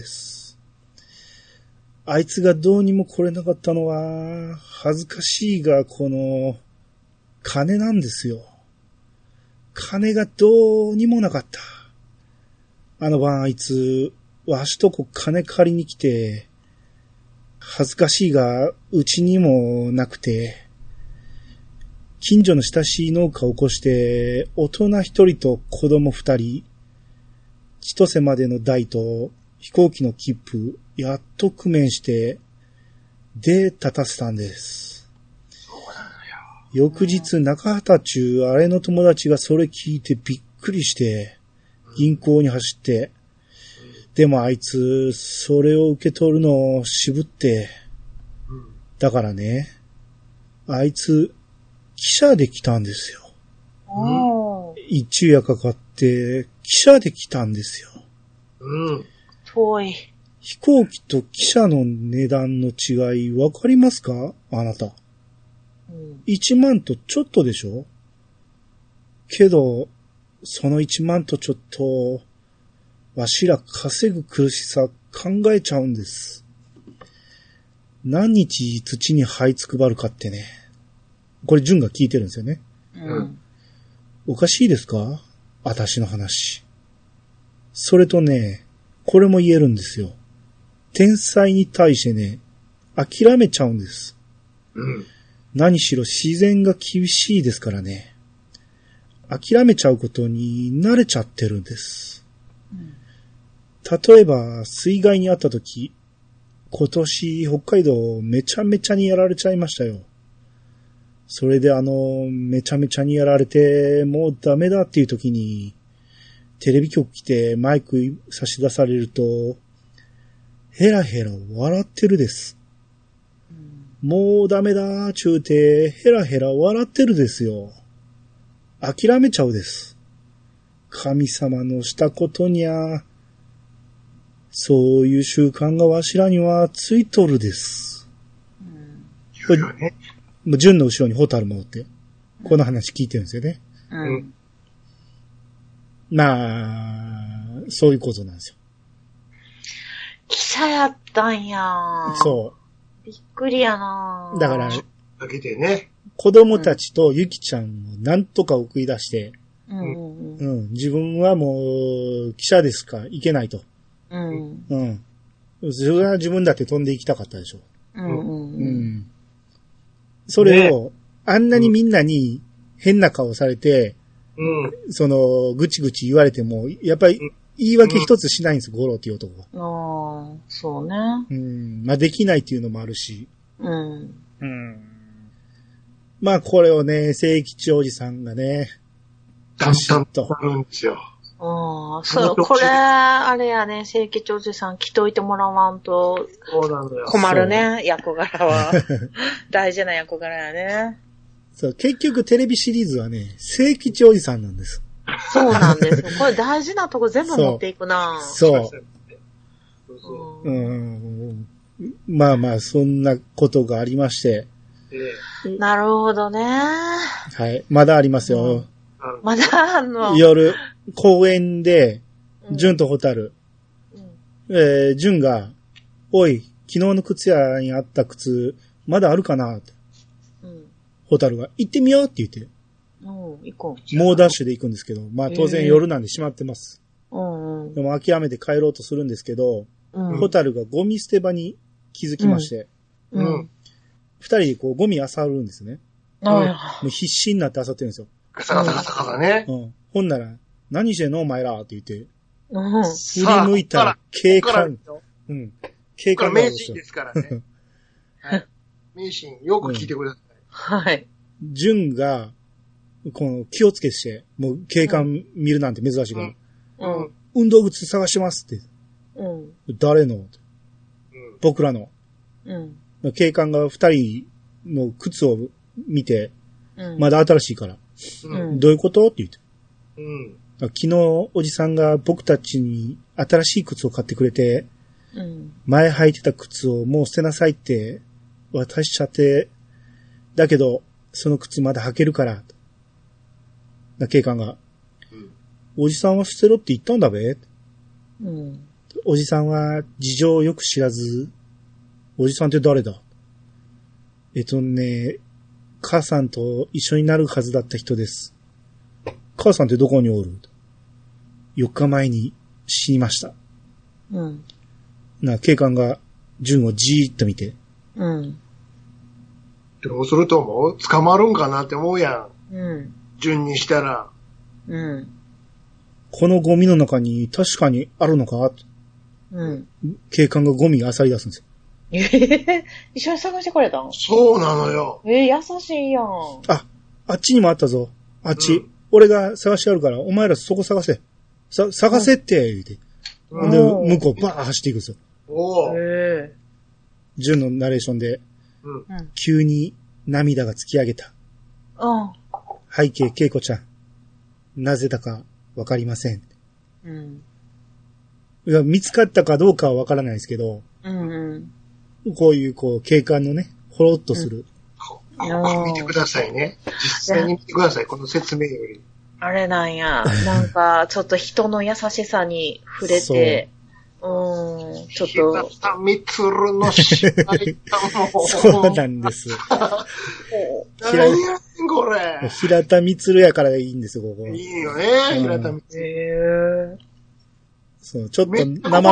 あいつがどうにも来れなかったのは、恥ずかしいが、この、金なんですよ。金がどうにもなかった。あの晩あいつ、わしとこ金借りに来て、恥ずかしいが、うちにもなくて、近所の親しい農家を起こして、大人一人と子供二人、千歳までの代と飛行機の切符、やっと工面して、で、立たせたんです。 そうなのよ。 翌日、中畑中、あれの友達がそれ聞いてびっくりして、銀行に走って、でもあいつ、それを受け取るのを渋って、だからね、あいつ、汽車で来たんですよ。一夜かかって、汽車で来たんですよ。 うん。 遠い。 飛行機と汽車の値段の違い、わかりますか？あなた。うん、いちまんとちょっとでしょ？けど、その一万とちょっと、わしら稼ぐ苦しさ考えちゃうんです。何日土に這いつくばるかってね。これ純が聞いてるんですよね。 うん。 おかしいですか？私の話。それとね、これも言えるんですよ。 天才に対してね、諦めちゃうんです。 うん。 何しろ自然が厳しいですからね。諦めちゃうことに慣れちゃってるんです。うん、例えば、水害にあった時、今年北海道めちゃめちゃにやられちゃいましたよ。それであの、めちゃめちゃにやられて、もうダメだっていう時に、テレビ局来てマイク差し出されると、ヘラヘラ笑ってるです。うん、もうダメだーちゅうて、ヘラヘラ笑ってるですよ。諦めちゃうです。神様のしたことにゃ、そういう習慣がわしらにはついとるです。うん、これ、ね、純の後ろにホタルもおって、この話聞いてるんですよね。うん。まあ、そういうことなんですよ。 記者やったんや。 そう。 びっくりやな。 だから、 だけでね。 子供たちとゆきちゃんをなんとか送り出して、うんうんうん、自分はもう記者ですかいけないと。うん。うん。それは自分だって飛んでいきたかったでしょ。うんうんうん。うん、それを、ね、あんなにみんなに変な顔されて、うん、その、ぐちぐち言われても、やっぱり言い訳一つしないんです、ゴロっていう男は。 ああ、そうね。 うん。まあ、できないっていうのもあるし。うん。うん。まあ、これをね、聖吉おじさんがね、 だんだんと。あるんですよ。 ああ、そう、これ、あれやね、聖吉おじさん着といてもらわんと、そうなんだよ。困るね、役柄は。大事な役柄やね。 そう、結局テレビシリーズはね、聖吉おじさんなんです。 そうなんですよ。これ大事なとこ全部持っていくな。 そう。そう。うん。まあまあ、そんなことがありまして。 なるほどね。 はい。まだありますよ。うん、 まだあんの？ 夜、公園で、純とホタル。うん、えー、純が、おい、昨日の靴屋にあった靴、まだあるかなって。うん、ホタルが、行ってみようって言って。 うん、行こう。 猛ダッシュで行くんですけど、まあ当然夜なんで閉まってます。うんうん、でも諦めて帰ろうとするんですけど、うん、ホタルがゴミ捨て場に気づきまして、うん。うん二人でこうゴミ漁るんですね。うん。もう必死になって漁ってるんですよ。 ガサガサガサガサね。 うん。ほんなら、何してんのお前らって言って、うん。振り向いたら警官。うん。警官が。これ名シーンですからね。はい。名シーン、よく聞いてください。 うん、はい。 純が、この気をつけして、もう警官見るなんて珍しいから。うん。うん、運動靴探しますって。うん。誰の、うん、僕らの。うん。警官が二人の靴を見て、うん、まだ新しいから、うん、どういうことって言って、うん、昨日おじさんが僕たちに新しい靴を買ってくれて、うん、前履いてた靴をもう捨てなさいって渡しちゃって、だけどその靴まだ履けるから、警官が、うん、おじさんは捨てろって言ったんだべ、うん、おじさんは事情をよく知らず、おじさんって誰だ？えっとね、母さんと一緒になるはずだった人です。母さんってどこにおる？よっかまえに死にました。うん。な、警官が純をじーっと見て。うん。 どうすると思う？捕まるんかなって思うやん。うん。純にしたら。 うん。このゴミの中に確かにあるのか？うん。警官がゴミ漁り出すんですよ。 えー、一緒に探してくれたん？ そうなのよ。 えー、優しいやん。 あ、あっちにもあったぞ。あっち。うん、俺が探してあるから、お前らそこ探せ。さ、探せって、言うて。うん、で、向こうバーッ走っていくんですよ。おー。へー。純のナレーションで、うん、急に涙が突き上げた。うん。背景、恵子ちゃん。なぜだかわかりません。うん。いや、見つかったかどうかはわからないですけど、うんうん。こういう、こう、警官のね、ほろっとする。 うん、こ見てくださいね。実際に見てください、この説明より。 あれなんや。なんか、ちょっと人の優しさに触れて、うーん、ちょっと。 平田みつるの芝居だもん。 そうなんです。 何やねん、これ。 平田みつるやからいいんですよ、ここ。 いいよね、平田みつる。へそう、ちょっと生、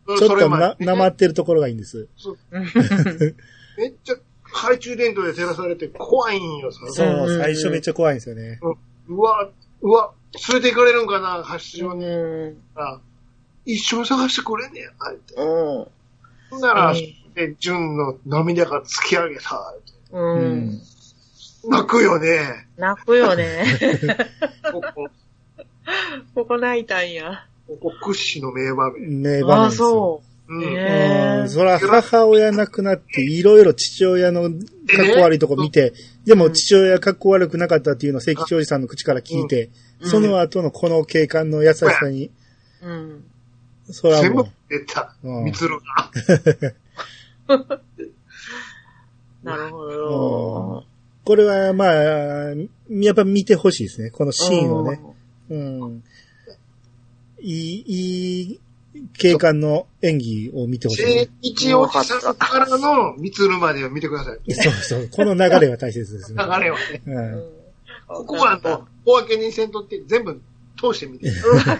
ちょっとな、なまってるところがいいんです。 めっちゃ懐中電灯で照らされて怖いんよ、 そう、最初めっちゃ怖いんですよね。 うわ、うわ、連れて行かれるんかな、発祥に。一緒に探してくれんねや、あえて。ほんなら、で、純の涙が突き上げた。うん。泣くよね。 泣くよね。ここ。ここ泣いたんや。 ここ屈指の名場面。 名場面ですよ。あ、そう。うん。えー、そら母親亡くなって、いろいろ父親の格好悪いとこ見て、えー、でも父親格好悪くなかったっていうのを関長司さんの口から聞いて、うん、その後のこの警官の優しさに、うん。 そらもう。全部出た。みつるが。 なるほど。 これは、まあ、やっぱ見てほしいですね。このシーンをね。うん。いい、いい警官の演技を見てほしい、ね。 一応、さんからのみつるまでを見てください。 そうそう。この流れは大切ですね。 流れはね。うん、ここは、あの、小分けにせんとって全部通してみて。 わかった。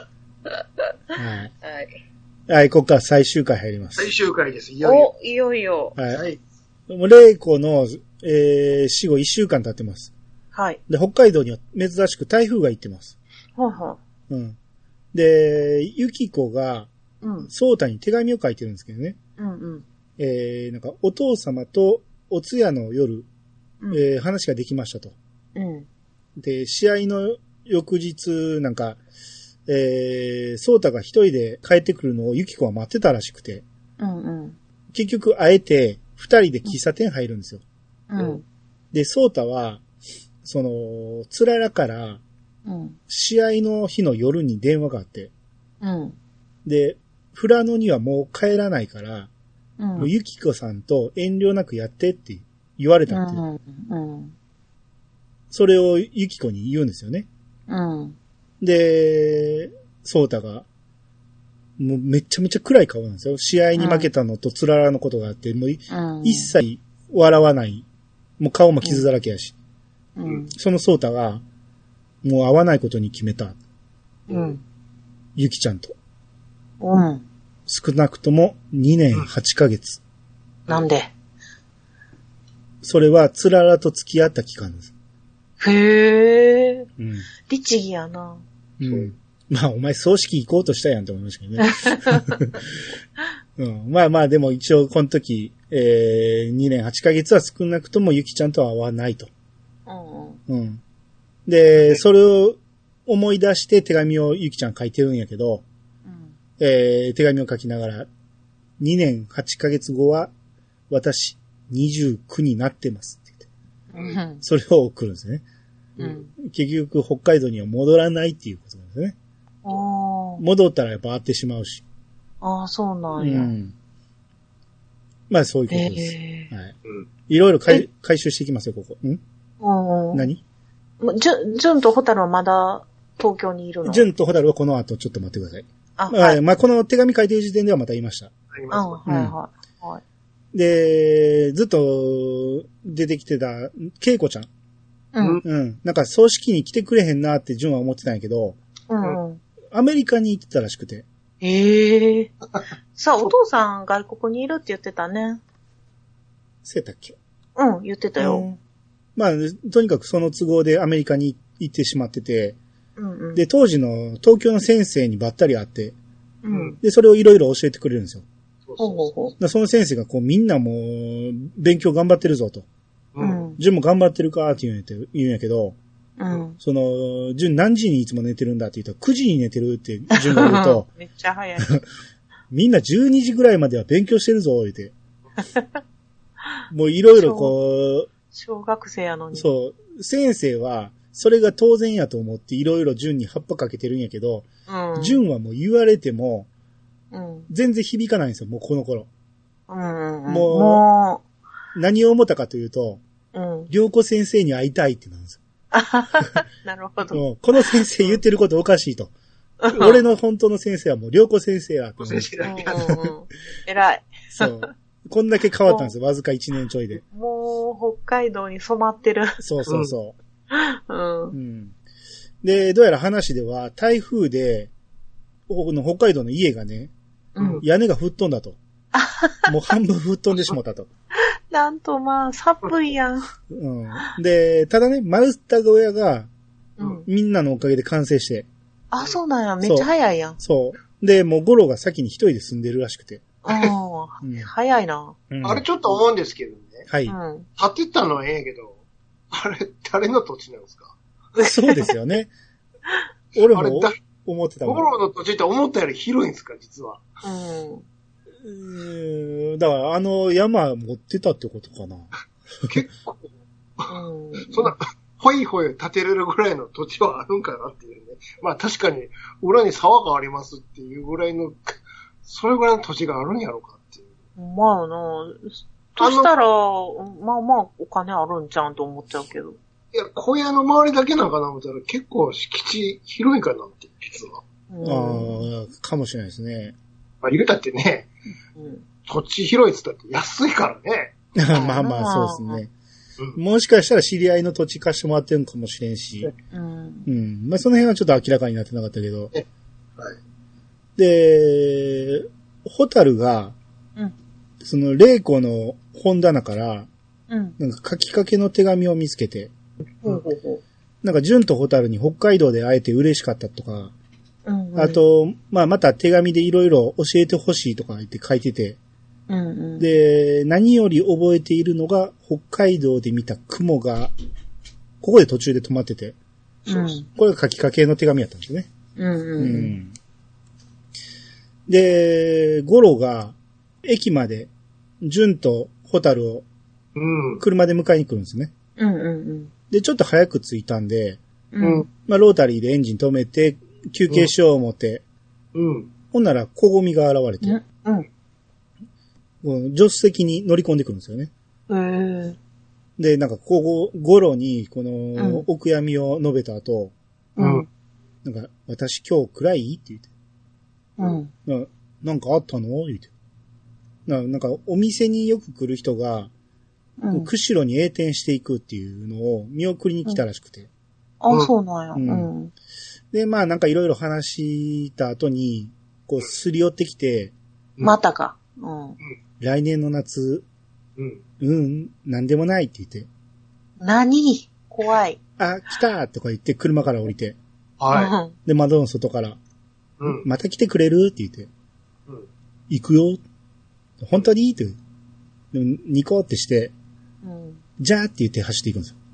はい。はい。はい、ここから最終回入ります。 最終回です。いよいよ。 お、いよいよ。 はい。もう、玲子の、えー、死後いっしゅうかん経ってます。 はい。 で、北海道には珍しく台風が行ってます。 はは。 うん。で、ゆきこが、うん。そうたに手紙を書いてるんですけどね。 うんうん。 えー、なんか、お父様とお通夜の夜、うん、えー、話ができましたと。 うん。 で、試合の翌日、なんか、えー、そうたが一人で帰ってくるのをゆきこは待ってたらしくて。 うんうん。 結局、あえて、二人で喫茶店入るんですよ。 うん。 で、そうたは、その、つららから、うん、試合の日の夜に電話があって、 うん、 で、富良野にはもう帰らないから、うん、もうゆきこさんと遠慮なくやってって言われたって、うんうん、それをゆきこに言うんですよね。 うん、 で、そうたが、もうめちゃめちゃ暗い顔なんですよ。試合に負けたのとつららのことがあって、もう、うん、一切笑わない。もう顔も傷だらけやし。 うん、 そのそうたが、もう会わないことに決めた。 うん。 ゆきちゃんと。 うん。 少なくともにねんはちかげつ。 なんで？ それはつららと付き合った期間です。 へー。 うん。 律儀やな。 うん。まあ、お前葬式行こうとしたやんって思いましたけどね。うん。まあまあ、でも一応この時、えー、にねんはちかげつは少なくともゆきちゃんとは会わないと。 うん。 うん。で、それを思い出して手紙をゆきちゃん書いてるんやけど、 うん、 えー、手紙を書きながら、にねんはちかげつごは私にじゅうきゅうになってますって言って、うん、それを送るんですね、 うん。 結局北海道には戻らないっていうことなんですね。戻ったらやっぱ会ってしまうし。 ああ、そうなんや。うん。 まあそういうことです。はい。いろいろ回収していきますよ、ここ。ん？ うん。 何？ じゅ、じゅんとホタルはまだ東京にいるの？ じゅんとホタルはこの後ちょっと待ってください。 あ、 はい。まあ、この手紙書いてる時点ではまた言いました。 あ、はいはい、はい。 で、ずっと出てきてた、ケイコちゃん。 うん。 うん。なんか葬式に来てくれへんなってジュンは思ってたんやけど、 うん、うん。 アメリカに行ってたらしくて。 ええー。さあ、お父さん外国にいるって言ってたね。 そうやったっけ？ うん、言ってたよ。うん、 まあ、とにかくその都合でアメリカに行ってしまってて、 うんうん、 で、当時の東京の先生にばったり会って、 うん、 で、それをいろいろ教えてくれるんですよ。 そうそうそう。 その先生がこう、みんなもう、勉強頑張ってるぞと。 うん。 ジュンも頑張ってるかって言うんやけど、 うん。 その、ジュン何時にいつも寝てるんだって言ったら、くじに寝てるってジュンが言うと、 めっちゃ早い。 みんなじゅうにじぐらいまでは勉強してるぞ、言うて。もういろいろこう、 小学生やのに。 そう。先生は、それが当然やと思っていろいろジュンに葉っぱかけてるんやけど、 うん、 ジュンはもう言われても、 うん、 全然響かないんですよ、もうこの頃。 うんうんうん、 もう、 もう何を思ったかというと、 うん、 良子先生に会いたいってなんですよ。 なるほど。 この先生言ってることおかしいと。俺の本当の先生はもう良子先生やと思って。先生だけやうんうん、偉い。 そう。こんだけ変わったんですよ、わずかいちねんちょいで。 もう、北海道に染まってる。 そうそうそう。 うん。 うん。で、どうやら話では、台風で、北海道の家がね、 うん、 屋根が吹っ飛んだと。もう半分吹っ飛んでしまったと。 なんとまあ、寒いやん。 うん。で、ただね、丸太小屋が、 うん、 みんなのおかげで完成して。 あ、そうなんや。めっちゃ早いやん。 そう。そうで、もうゴロが先に一人で住んでるらしくて。 ああ、うん、早いな、 うん。あれちょっと思うんですけどね。 はい。 建てたのはええけど、あれ、誰の土地なんですか？ そうですよね。俺も思ってたわ。 ゴロの土地って思ったより広いんですか、実は。 うん。だからあの山持ってたってことかな。 結構、うん、そんな、ほいほい建てれるぐらいの土地はあるんかなっていうね。まあ確かに、裏に沢がありますっていうぐらいの、それぐらいの土地があるんやろうかっていう。 まあなとしたら、まあまあお金あるんちゃうんと思っちゃうけど。 いや、小屋の周りだけなんかな思ったら結構敷地広いかなって、実は。 ああ、かもしれないですね。 まあ言うたってね、うん、土地広いっつったって安いからね。 まあまあそうですね。うん、もしかしたら知り合いの土地貸してもらってるのかもしれんし。うん。うん。まあその辺はちょっと明らかになってなかったけど。はい。で、ホタルが、うん、その玲子の本棚から、うん、なんか書きかけの手紙を見つけて、うん、なんか純とホタルに北海道で会えて嬉しかったとか、うんうん、あと、まあまた手紙でいろいろ教えてほしいとか言って書いてて、うんうん、で、何より覚えているのが北海道で見た雲が、ここで途中で止まってて、うん、これが書きかけの手紙やったんですね。うんうんうん、で、ゴロが駅まで純とホタルを車で迎えに来るんですね。うんうんうん、で、ちょっと早く着いたんで、うん、まあロータリーでエンジン止めて休憩しよう思って、うん、ほんなら小ゴミが現れて、うんうん、助手席に乗り込んでくるんですよね。へーで、なんか、こう、ゴロに、この、お悔やみを述べた後、うん。なんか、私今日暗いって言って。うん。な、なんかあったの言って。な、なんか、お店によく来る人が、うん、釧路に栄転していくっていうのを見送りに来たらしくて。 うん、あ、そうなんや。うん。で、まあ、なんかいろいろ話した後に、こう、すり寄ってきて。 またか。うん。 来年の夏、うん。うん、なんでもないって言って。 何？怖い。 あ、来たとか言って車から降りて。はい。で、窓の外から。うん。また来てくれるって言って。うん。行くよ。本当にって。でも、ニコってして。うん。じゃーって言って走っていくんですよ。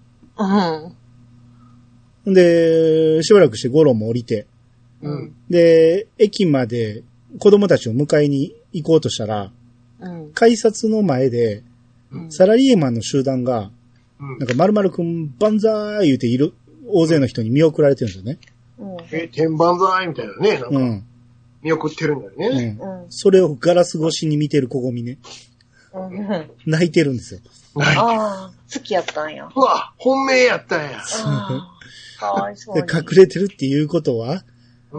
うん。で、しばらくしてゴロも降りて。うん。で、駅まで子供たちを迎えに行こうとしたら、うん。改札の前で、サラリーマンの集団が、うん、なんか丸々くん万歳言うている、大勢の人に見送られてるんですよね。 うん、え、天万歳みたいなね、なんか、うん、見送ってるんだよね、 うん。それをガラス越しに見てるこごみね。うん、泣いてるんですよ。 ああ、好きやったんや。 うわ、本命やったんや。 かわいそうに。 で、隠れてるっていうことは、うん、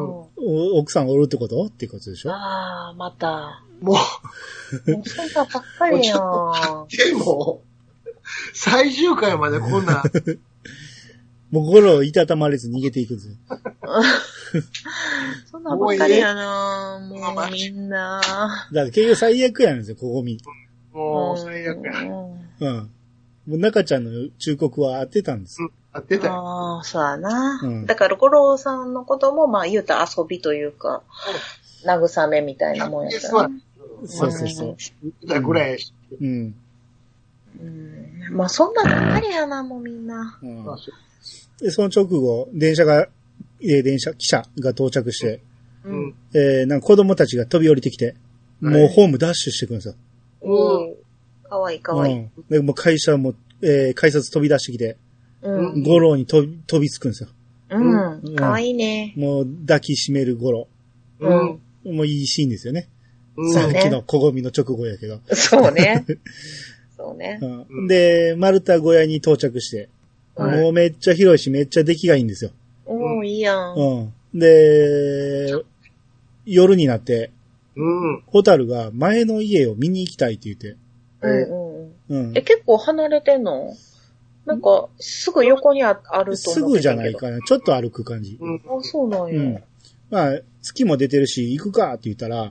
奥さんおるってことっていうことでしょ。 ああ、また。 もう、もうそんなばっかりやん。 でも、最終回までこんな。 もうゴロいたたまれず逃げていくんですよ。 そんなばっかりやなもうみんな。だから結局最悪やんですよ、ここみ。 もう最悪や。うん。 もう中ちゃんの忠告は合ってたんです。うん、 合ってたよ。 ああ、そうやな、うん。だからゴロさんのことも、まあ言うたら遊びというか、うん、慰めみたいなもんやったら、ね。 そうそうそう。 だぐらい。 うん。 うん。まあそんなばっかりやな、もうみんな。うん、 で、その直後、電車が、えー、電車、汽車が到着して、うん。えー、なんか子供たちが飛び降りてきて、うん、もうホームダッシュしてくるんですよ。 うん。かわいいかわいい。うん。 で、もう会社も、えー、改札飛び出してきて、うん。ゴロに飛び、飛びつくんですよ。 うん。うん、かわいいね。 もう抱きしめるゴロ。うん。もういいシーンですよね。うん、さっきの小ゴミの直後やけど。 そうね。そうね。 うん、で、丸太小屋に到着して、うん、もうめっちゃ広いし、めっちゃ出来がいいんですよ。 うん、いいやん。 うん。で、夜になって、うん。ホタルが前の家を見に行きたいって言って。 うんうん。うん。え、結構離れてんの？なんか、すぐ横にあると思う。 すぐじゃないかな。ちょっと歩く感じ。 うん。あ、そうなんや。うん。 まあ、月も出てるし、行くかって言ったら、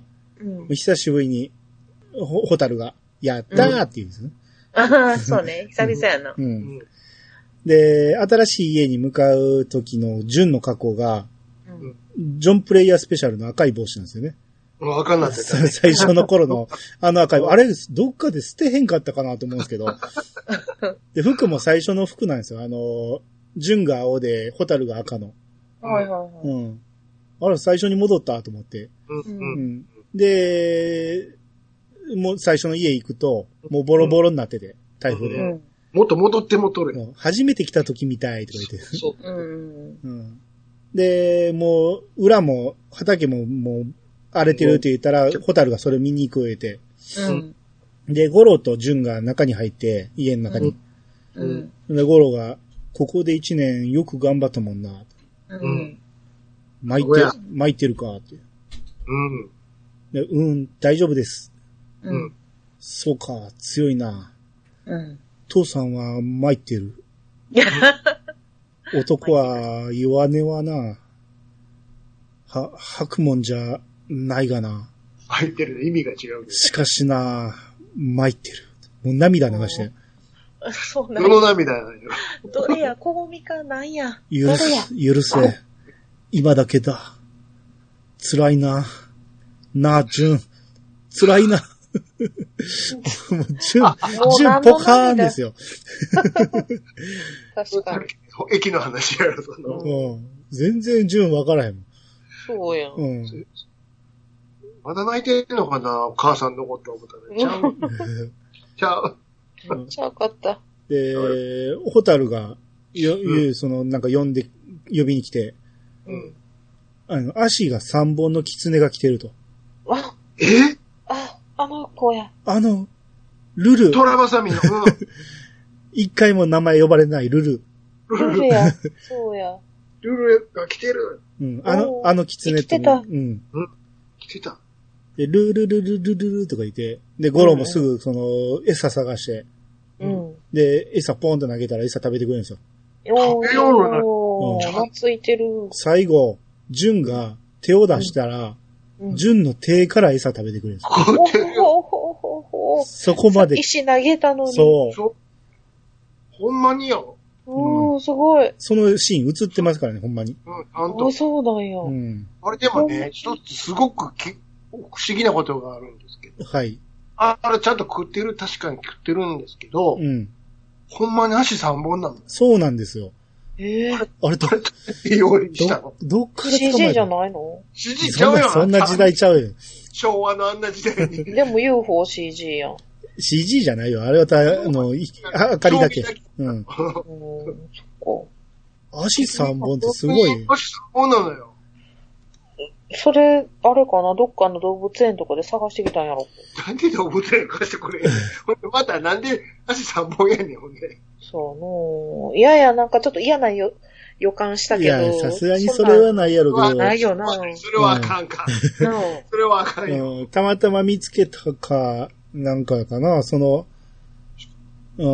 うん、 久しぶりに、ホホタルが、やったーって言うんですね。 うん、ああ、そうね。久々やな。 うん。で、新しい家に向かう時のジュンの格好が、うん、ジョンプレイヤースペシャルの赤い帽子なんですよね。 赤になってた、ね。 最初の頃の、あの赤い、あれ、どっかで捨てへんかったかなと思うんですけど。で、服も最初の服なんですよ。あの、ジュンが青で、ホタルが赤の。 はいはいはい。 うん。あれ、最初に戻ったと思って。 うん。うん、で、もう最初の家行くと、もうボロボロになってて、台風で。うん、 もっと戻ってもとる。 初めて来た時みたいとか言って。 そう。 うんうん、で、もう、裏も、畑ももう、荒れてるって言ったら、ホタルがそれ見に行くえて。 うん。 で、ゴロとジュンが中に入って、家の中に。 うん。 で、ゴロが、ここで一年よく頑張ったもんな。 うん。 巻いて、巻いてるかって。 うん。 で、うん、大丈夫です。 うん。 そうか、強いな。 うん。 父さんは巻いてる。男は弱音はな。は、吐くもんじゃないがな。 巻いてる意味が違う。 しかしな、巻いてる。もう涙流して。 そうなんや。どの涙やないよ。 どれや、こごみかなんや。 許す、許せ。今だけだ。辛いな。なあ、ジュン。辛いな。もう、ジュン、ジュンポカーンですよ。 確かに。 駅の話やろ、その。 うん。全然ジュンわからへんもん。 そうやん。 うん。 まだ泣いてんのかな、お母さんのこと思ったら。ちゃう。ちゃう。 ちゃうかった。 で、ホタルが、よ、うん、その、なんか呼んで、呼びに来て、 うん。 あの、足が三本の狐が来てると。 あえあ、あの子や。 あの、ルル。 トラバサミの。 一回も名前呼ばれないルル。 ルルや。そうや。 ルルが来てる。 うん。あの、あの狐って。 来てた。 うん。 うん。来てた。 で、ルルルルルルルとか言って、で、ゴロもすぐ、その、餌探して、 うん。 で、餌ポンと投げたら餌食べてくれるんですよ。 食べような。うん。懐いてる。 最後、ジュンが手を出したら、うん、ジュンの手から餌食べてくれるんですよ。 ほほほほそこまで。 石投げたのに。 そう。 そほんまによ。 おー、すごい。 そのシーン映ってますからね、ほんまに。 うん、あんと。 そうなんや。 うん。 あれでもね、一つすごくき不思議なことがあるんですけど。 はい。 あれちゃんと食ってる、確かに食ってるんですけど、 うん。 ほんまに足三本なの。 そうなんですよ。 ええー。 あれと、 用意したの。 ど、どっからシージー じゃないの ?シージー ちゃうよ。 そんな時代ちゃうよ。 昭和のあんな時代に。 でも ユーフォーシージー やん。 シージー じゃないよ。あれはた、あの、い明かりだけ。うん。うん、 そっか。足三本ってすごい。 足三本なのよ。 それ、あれかな、どっかの動物園とかで探してきたんやろ。 なんで動物園貸してくれ。ほんで、またなんで足三本やねん、ほんで。 そうの。いやいや、なんかちょっと嫌なよ予感したけど。 いや、さすがにそれはないやろけど。 ないよな。 それはあかんか。うん、それはあかんよ、 うん。たまたま見つけたか、なんかかな、その、うん。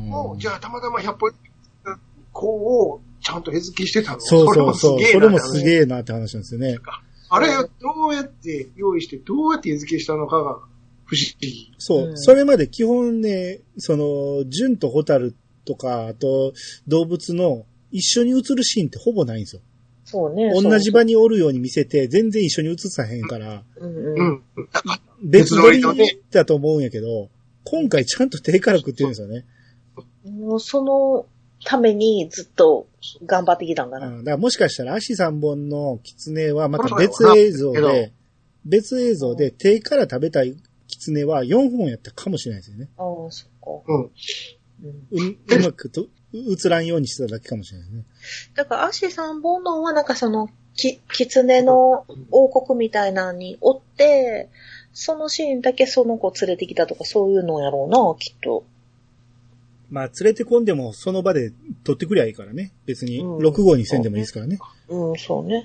もう、じゃあたまたまひゃっぽんこをちゃんと餌付けしてたの。 そうそうそう。それもすげえなって話なんですよね。 あれをどうやって用意して、どうやって餌付けしたのかが不思議。 そう。うん、それまで基本ね、その、ジュンとホタルとか、あと、動物の一緒に映るシーンってほぼないんですよ。 そうね。 同じ場におるように見せて、全然一緒に映さへんから、 うんうん、 別撮りだと思うんやけど、今回ちゃんと手から食ってるんですよね。 もうそのためにずっと頑張ってきたんだな。 うん、だからもしかしたら足三本の狐はまた別映像で、別映像で手から食べたい狐はよんほんやったかもしれないですよね。 ああ、そっか。 うん。 う, うまくと映らんようにしてただけかもしれないですね。 だから足三本のはなんかそのき狐の王国みたいなのにおって、そのシーンだけその子連れてきたとかそういうのやろうな、きっと。 まあ、連れてこんでもその場で撮ってくりゃいいからね。別にろくごうにせんでもいいですからね。 うん、そうね。 うん。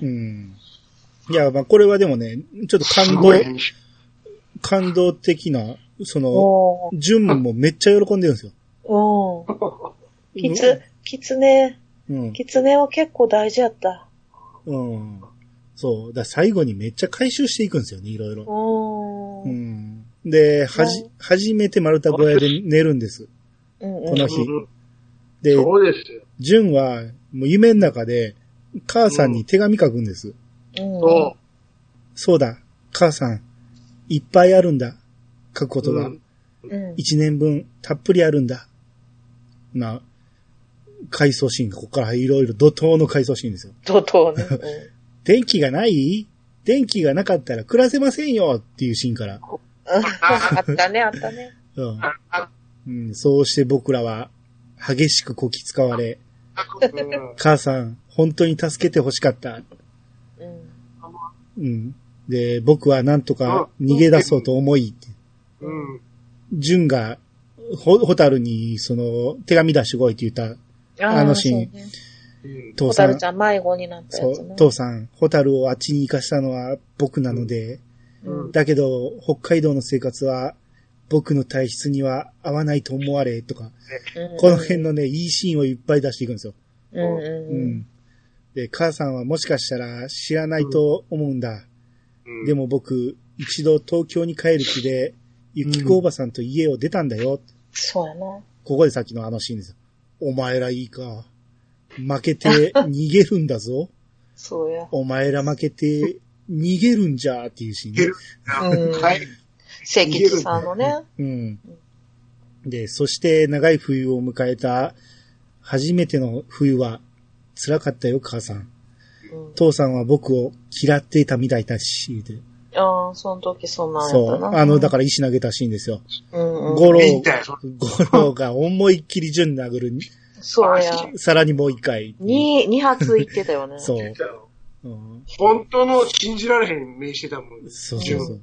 いや、まあこれはでもね、ちょっと感動、感動的な、その、ジュンもめっちゃ喜んでるんですよ。 うん。きつ、きつね。うん。きつねは結構大事やった。 うん。そう。だ最後にめっちゃ回収していくんですよね、いろいろ。 で、はじ、初めて丸太小屋で寝るんです。 うんうん、 この日。 で、そうですよ。 純は、もう夢の中で、母さんに手紙書くんです。 うん、 そう。 そうだ、母さん、いっぱいあるんだ。書くことが。一、うん、年分、たっぷりあるんだ。な、回想シーンが、ここからいろいろ怒涛の回想シーンですよ。 怒涛ね。うん、 電気がない?電気がなかったら暮らせませんよっていうシーンから。 あったね、あったね。 うんうん、そうして僕らは激しくこき使われ、母さん、本当に助けて欲しかった。うんうん、で、僕はなんとか逃げ出そうと思い、うん、純がホホタルにその手紙出してこいって言ったあのシーン。ね、 父さん。ホタルちゃん迷子になったやつね。 そう、父さん、ホタルをあっちに行かしたのは僕なので、うん、だけど北海道の生活は僕の体質には合わないと思われとか、うん、この辺のね、いいシーンをいっぱい出していくんですよ。うんうんうん、で、母さんはもしかしたら知らないと思うんだ。うん、でも僕、一度東京に帰る気で、ゆきこおばさんと家を出たんだよ。うん、 そうやな。 ここでさっきのあのシーンですよ。お前らいいか。負けて逃げるんだぞ。 そうや。 お前ら負けて逃げるんじゃーっていうシーン、 ね。うん。はい。 清吉さんのね。 うん。で、そして長い冬を迎えた初めての冬は辛かったよ、母さん。うん、父さんは僕を嫌っていたみたいだし、 ああ、その時そんなんやったな。 そう。あの、だから石投げたシーンですよ。 うんうん。 ゴロー、ゴローが思いっきり順殴る。 そうや。 さらにもう一回。 二、二発言ってたよね。 そう。 うん、本当の信じられへん目してたもん。 そうそうそう。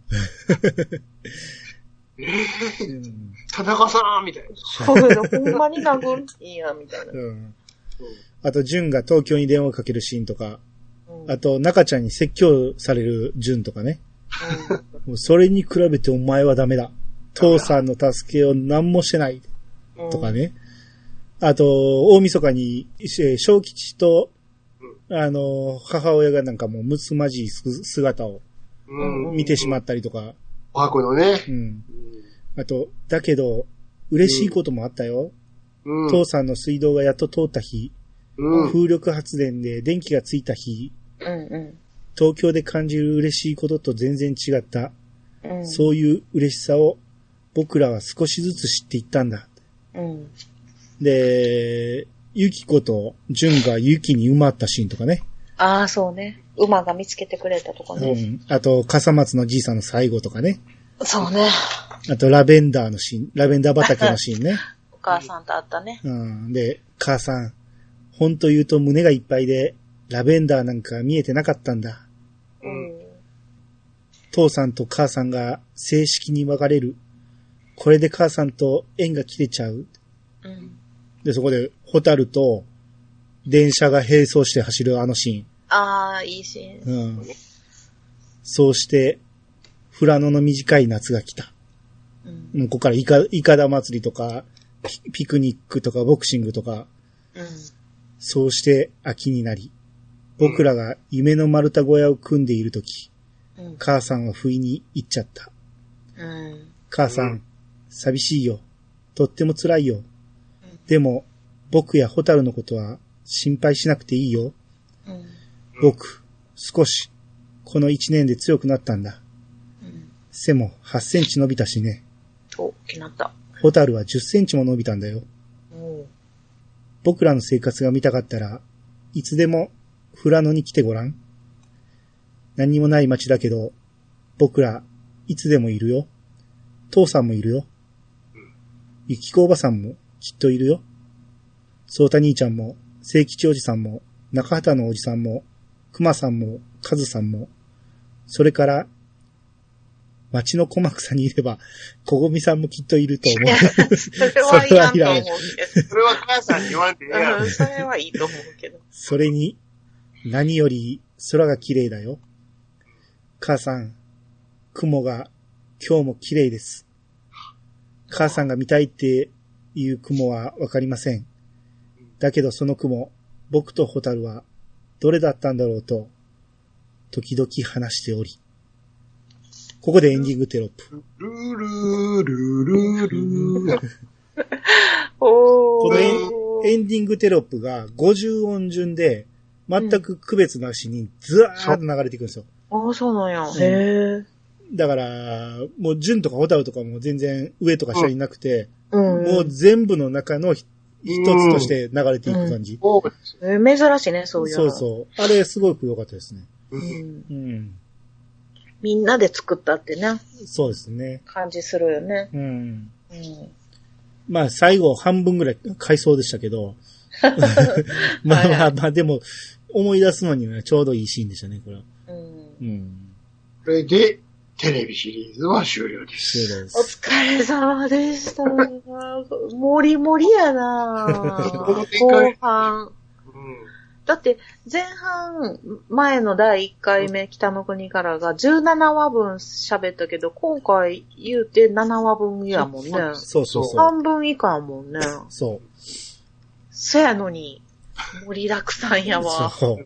えぇ、ー、田中さんみたいな。 そうだ、ほんまに殴るいいや、みたいな。うん。 あと、純が東京に電話かけるシーンとか、うん、あと、中ちゃんに説教される純とかね。うん、もうそれに比べてお前はダメだ。父さんの助けを何もしてない。とかね。うん、あと、大晦日に、小吉と、あの、母親がなんかもうむつまじい姿を見てしまったりとか。 お箱のね。 うん。あと、だけど、嬉しいこともあったよ。うん、父さんの水道がやっと通った日、うん、風力発電で電気がついた日、うんうん、東京で感じる嬉しいことと全然違った。うん、そういう嬉しさを僕らは少しずつ知っていったんだ。うん、で、ゆきこと純がゆきに埋まったシーンとかね。 ああ、そうね。馬が見つけてくれたとかね。 うん。あと、笠松のじいさんの最後とかね。 そうね。 あと、ラベンダーのシーン、ラベンダー畑のシーンね。 お母さんと会ったね。 うん。で、母さん、ほんと言うと胸がいっぱいで、ラベンダーなんか見えてなかったんだ。うん。父さんと母さんが正式に別れる。これで母さんと縁が切れちゃう。うん。で、そこで、ホタルと、電車が並走して走るあのシーン。 ああ、いいシーン。 うん。そうして、富良野の短い夏が来た。うん。もうここからイカ、イカダ祭りとかピ、ピクニックとか、ボクシングとか。うん。そうして秋になり、僕らが夢の丸太小屋を組んでいるとき、うん、母さんは不意に行っちゃった。うん。母さん、うん、寂しいよ。とっても辛いよ。でも、僕やホタルのことは心配しなくていいよ。うん、僕、少し、この一年で強くなったんだ。うん、背もはちセンチ伸びたしね。 お、気になった。 ホタルはじゅっセンチも伸びたんだよ。うん、僕らの生活が見たかったらいつでも富良野に来てごらん。何にもない町だけど、僕らいつでもいるよ。父さんもいるよ。ゆきこおばさんもきっといるよ。そうた兄ちゃんも、聖吉おじさんも、中畑のおじさんも、熊さんも、カズさんも、それから、町の小幕さんにいれば、小ごみさんもきっといると思う。 それはいらんと思うけど。 それは母さんに言われていいやん。 それはいいと思うけど。 それに、何より空が綺麗だよ。母さん、雲が今日も綺麗です。母さんが見たいっていう雲はわかりません。だけどその雲、僕とホタルはどれだったんだろうと、時々話しており。 ここでエンディングテロップ。 ルールールールールー。 おこのエン、エンディングテロップがごじゅう音順で、全く区別なしにずわーっと流れていくんですよ。 ああ、そうなんや。 うん、 へえ。 だから、もう順とかホタルとかも全然上とか下になくて、 うん、 もう全部の中の一つとして流れていく感じ。 うんうん、珍しいね、そういうの。そうそう。あれすごく良かったですね。 うん。 うん。 みんなで作ったってね。 そうですね。 感じするよね。 うん。うん、 まあ最後半分ぐらい回想でしたけど。まあまあまあでも思い出すのにはちょうどいいシーンでしたね、これは。うん。 うん。これでテレビシリーズは終了です。 終了です。 お疲れ様でした。もりもりやな後半。うんだって、前半、前のだいいっかいめ、北の国からがじゅうななわぶん喋ったけど、今回言うてななわぶんやもんね。 そうそうそう。 半分以下やもんね。 そう。 そやのに、盛りだくさんやわ。 そう。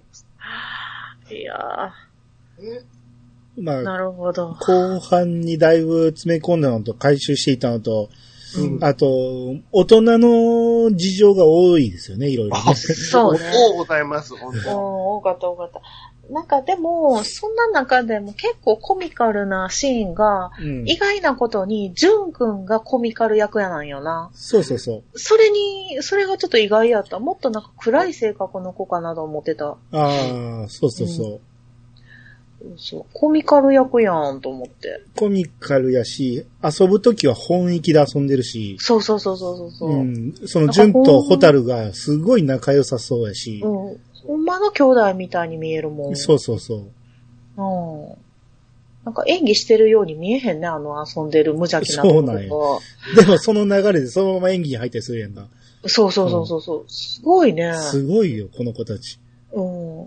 いやー。まあ、 なるほど。 後半にだいぶ詰め込んだのと回収していたのと、うん、あと、大人の事情が多いですよね、いろいろ、ね。 そうね。 多ございます、本当に。 多かった、多かった。なんかでも、そんな中でも結構コミカルなシーンが、うん、意外なことに、ジュン君がコミカル役やなんよな。 そうそうそう。 それに、それがちょっと意外やった。もっとなんか暗い性格の子かなと思ってた。 ああ、そうそうそう。うんそうコミカル役やんと思って。 コミカルやし、遊ぶときは本域で遊んでるし。 そうそうそうそうそう。うん。 その純とホタルがすごい仲良さそうやし。 うん。ほんまの兄弟みたいに見えるもん。 そうそうそう。 うん。なんか演技してるように見えへんね、あの遊んでる無邪気なところが。そうなんや。 でもその流れでそのまま演技に入ったりするやんか。 そうそうそうそうそう、うん。すごいね。 すごいよ、この子たち。 うん。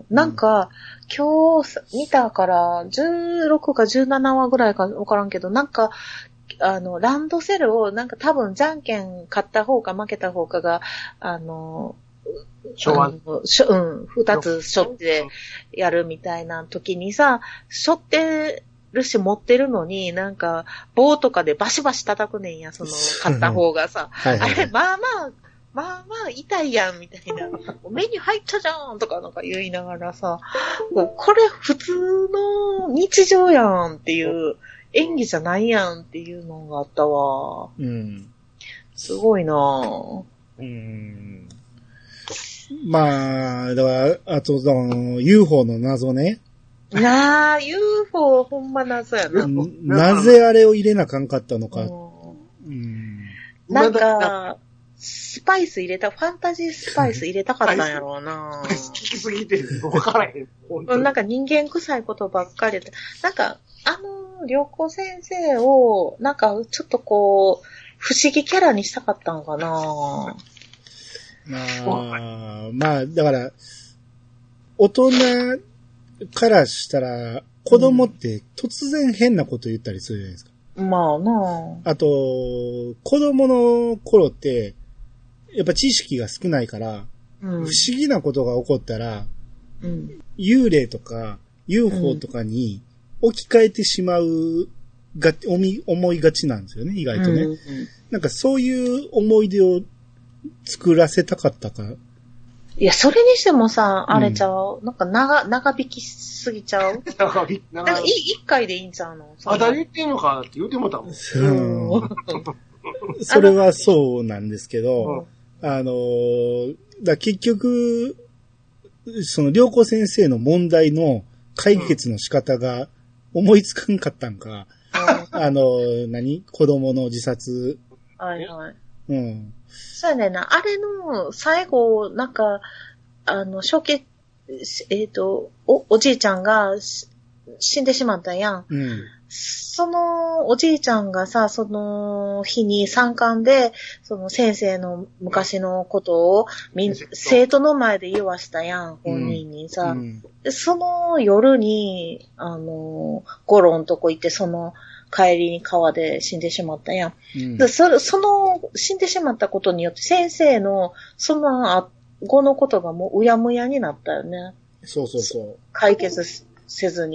なんか、今日見たから、じゅうろくかじゅうななわぐらいかわからんけど、なんか、あの、ランドセルを、なんか多分、じゃんけん勝った方か負けた方かが、あの、 しょわん。 うん、二つしょってやるみたいな時にさ、しょってるし持ってるのに、なんか、棒とかでバシバシ叩くねんや、その、勝った方がさ。はいはいはい、あれ、まあまあ、まあまあ痛いやんみたいな。目に入ったじゃんとかなんか言いながらさ、これ普通の日常やんっていう演技じゃないやんっていうのがあったわ。うん。すごいなぁ。うん。 まあ、だから、あと、ユーフォー の謎ね。 なあ、ユーフォー ほんま謎やな。 なぜあれを入れなあかんかったのか。 うん。なんか、スパイス入れた、ファンタジースパイス入れたかったんやろうな。 好きすぎて分からへん。 なんか人間臭いことばっかりで。なんか、あの、良子先生を、なんかちょっとこう、不思議キャラにしたかったんかな。 まあ、まあ、だから、大人からしたら、子供って突然変なこと言ったりするじゃないですか。 うん、まあなあと、子供の頃って、やっぱ知識が少ないから、うん、不思議なことが起こったら、うん、幽霊とか ユーフォー とかに置き換えてしまうが、思いがちなんですよね、意外とね。うんうん、なんかそういう思い出を作らせたかったか。 いや、それにしてもさ、あれちゃう、うん、なんか長、長引きすぎちゃう長引き、長引き。なんか一回でいいんちゃうのまだ言ってんのかって言うてもたもん。 うん、それはそうなんですけど、うんあのー、だ結局、その、良子先生の問題の解決の仕方が思いつかんかったんか、うん、あのー、何子供の自殺。 はいはい。うん。そうやねんな。あれの最後、なんか、あの、初期、えっと、お、おじいちゃんが死んでしまったやん。うん。そのおじいちゃんがさ、その日に参観で、その先生の昔のことをみん生徒の前で言わしたやん、本人にさ。うんうん、でその夜に、あの、ゴロンとこ行って、その帰りに川で死んでしまったやん。うん、でそその死んでしまったことによって先生のその後のことがもううやむやになったよね。 そうそうそう。 解決せずに。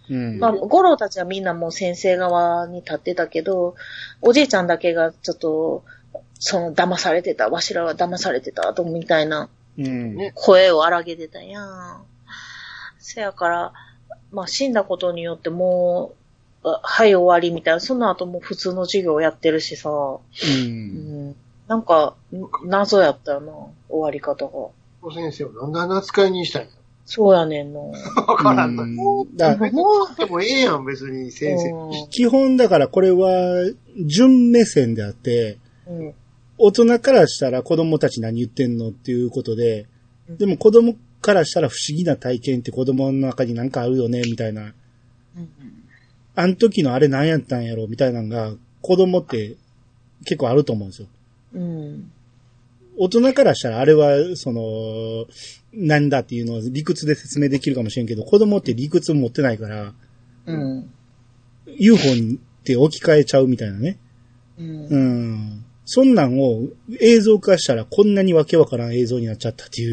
うん、 まあ、五郎たちはみんなもう先生側に立ってたけど、おじいちゃんだけがちょっと、その騙されてた、わしらは騙されてた、とみたいな声を荒げてたやん。せやから、まあ死んだことによってもう、はい終わりみたいな、その後も普通の授業をやってるしさ、うんうん、なんか、謎やったよな、終わり方が。 先生はなんであんな扱いにしたんや。 そうやねんな。 わからんの。もう、だもう、でもええやん、別に先生。 基本だからこれは、純目線であって、うん、大人からしたら子供たち何言ってんのっていうことで、うん、でも子供からしたら不思議な体験って子供の中になんかあるよね、みたいな。うんうん、あの時のあれ何やったんやろ、みたいなのが、子供って結構あると思うんですよ。うん、大人からしたらあれは、その、なんだっていうのを理屈で説明できるかもしれんけど、子供って理屈持ってないから、うん、ユーフォー って置き換えちゃうみたいなね。うん、うん、そんなんを映像化したらこんなにわけわからん映像になっちゃったっていう。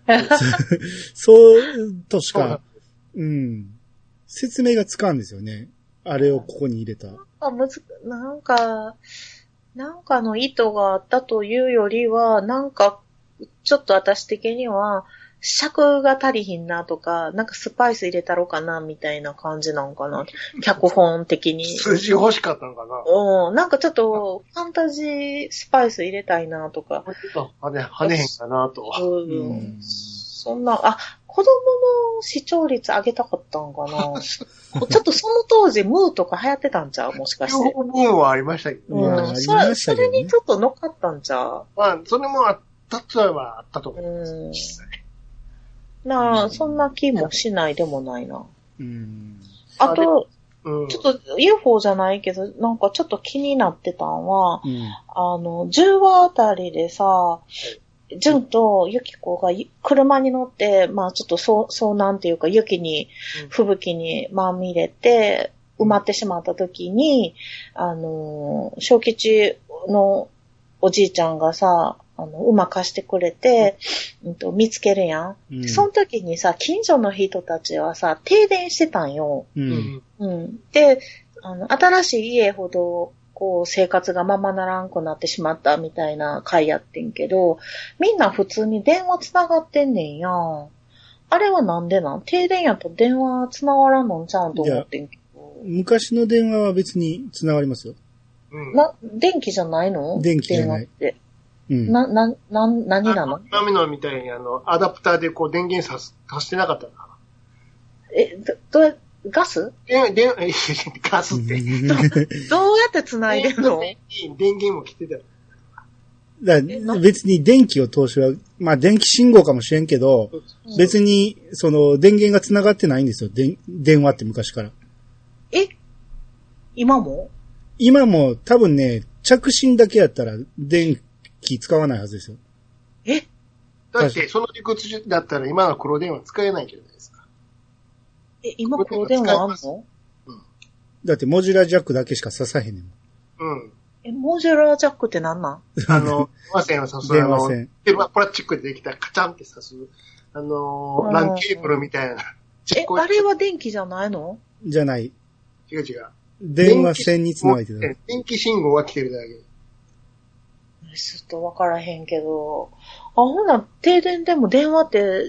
そうとしか、うん、説明がつかんですよね。あれをここに入れた。 あ、むず、なんか、なんかの意図があったというよりは、なんか、ちょっと私的には、尺が足りひんなとか、なんかスパイス入れたろかな、みたいな感じなんかな。脚本的に。 数字欲しかったのかな。 うん。なんかちょっと、ファンタジースパイス入れたいなとか。 跳ね、跳ねへんかなと。 うん。うん、そんな、あ、子供の視聴率上げたかったんかな。ちょっとその当時、ムーとか流行ってたんちゃうもしかして。 ムーはありましたけど、ね。 うん。それ、それにちょっと乗っかったんちゃうまあ、それもあったっつはあったと思う。うん。 なあ、そんな気もしないでもないな。うん。あと、うん、ちょっと ユーフォー じゃないけど、なんかちょっと気になってたんは、うん、あの、じゅうわあたりでさ、ジュンとユキコが車に乗って、まあちょっと遭遭難っていうか雪に、吹雪にまみれて埋まってしまった時に、あの、小吉のおじいちゃんがさ、あの、馬貸してくれて、うん、と見つけるやん、うん。その時にさ、近所の人たちはさ、停電してたんよ。うん。うん、で、あの、新しい家ほど、こう、生活がままならんくなってしまったみたいな回やってんけど、みんな普通に電話つながってんねんやん。あれはなんでなん？停電やと電話つながらんのんちゃうんと思ってんけど。 昔の電話は別につながりますよ。 うん。な、電気じゃないの？ 電気じゃない。 電話って。うん。な、な、な、何なの？ 今のみたいにあの、アダプターでこう電源さす、足してなかったのかな。え、ど、どうや、ガス？ で、で、ガスって。 ど, どうやって繋いでんの？ 電源も来てた。 だ別に電気を通しは、まあ電気信号かもしれんけど、うん、別に、その、電源が繋がってないんですよ。で電話って昔から。 え？今も？ 今も多分ね、着信だけやったら電気使わないはずですよ。 え？ だって、その理屈だったら今の黒電話使えないじゃないですか。 え、今黒電話あんの？ うん。だってモジュラージャックだけしか刺さへんねん。 うん。 え、モジュラージャックってなんなん？ あの、電話線を刺す。 電話線。 電話プラスチックでできたカチャンって刺す。あのー、ランケーブルみたいな。 え、あれは電気じゃないの？ じゃない。 違う違う。 電話線に繋がってる。 電気信号が来てるだけ。 ちょっとわからへんけど。あ、ほな、停電でも電話って、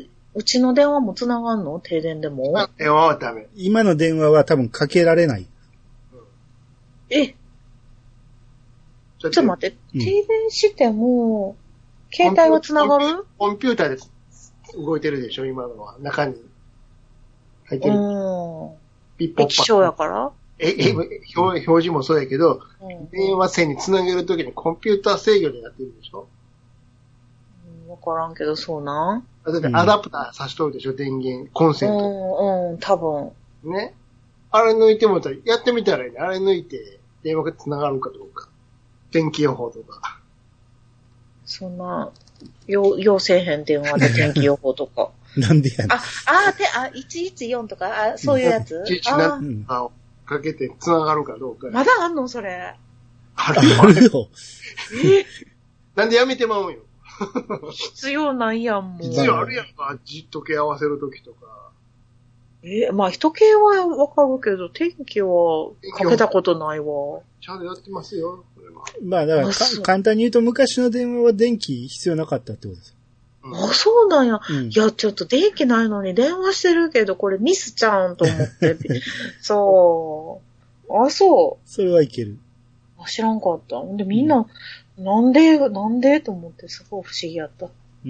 うちの電話も繋がんの？停電でも？ 電話はダメ。 今の電話は多分かけられない。 うん、えちょっと待って、うん、停電しても、携帯は繋がる？ コンピューターで動いてるでしょ、今のは。中に入ってる。うん。ピッポッパ。 液晶やから？ え、え、表、表示もそうやけど、うん、電話線に繋げるときにコンピューター制御でやってるでしょ？ うん、わからんけど、そうなん？ だってアダプター差しとるでしょ、電源、コンセント。 うん、うん、多分。 ね。あれ抜いてもらやってみたらいいね。あれ抜いて電話が繋がるかどうか。天気予報とか。 そんな、よ、要せえへん電話で天気予報とか。 なんでやねん。 あ、あ、て、あ、いちいちよんとか、あ、そういうやつ？ いちいちななをかけて繋がるかどうか。 まだあんのそれ。 あるよ。あるよ。 えなんでやめてまうんよ。 必要ないやん、もう。 必要あるやんか。じっとけ合わせるときとか。 えー、まあ人系はわかるけど、天気はかけたことないわ。 ちゃんとやってますよ、これは。 まあだからか、簡単に言うと昔の電話は電気必要なかったってことです。 うん、あ、そうなんや、うん。いや、ちょっと電気ないのに電話してるけど、これミスちゃうんと思って。そう。あ、そう。 それはいける。 あ、知らんかった。ほんでみんな、うん、なんで、なんでと思ってすごい不思議やった。うん。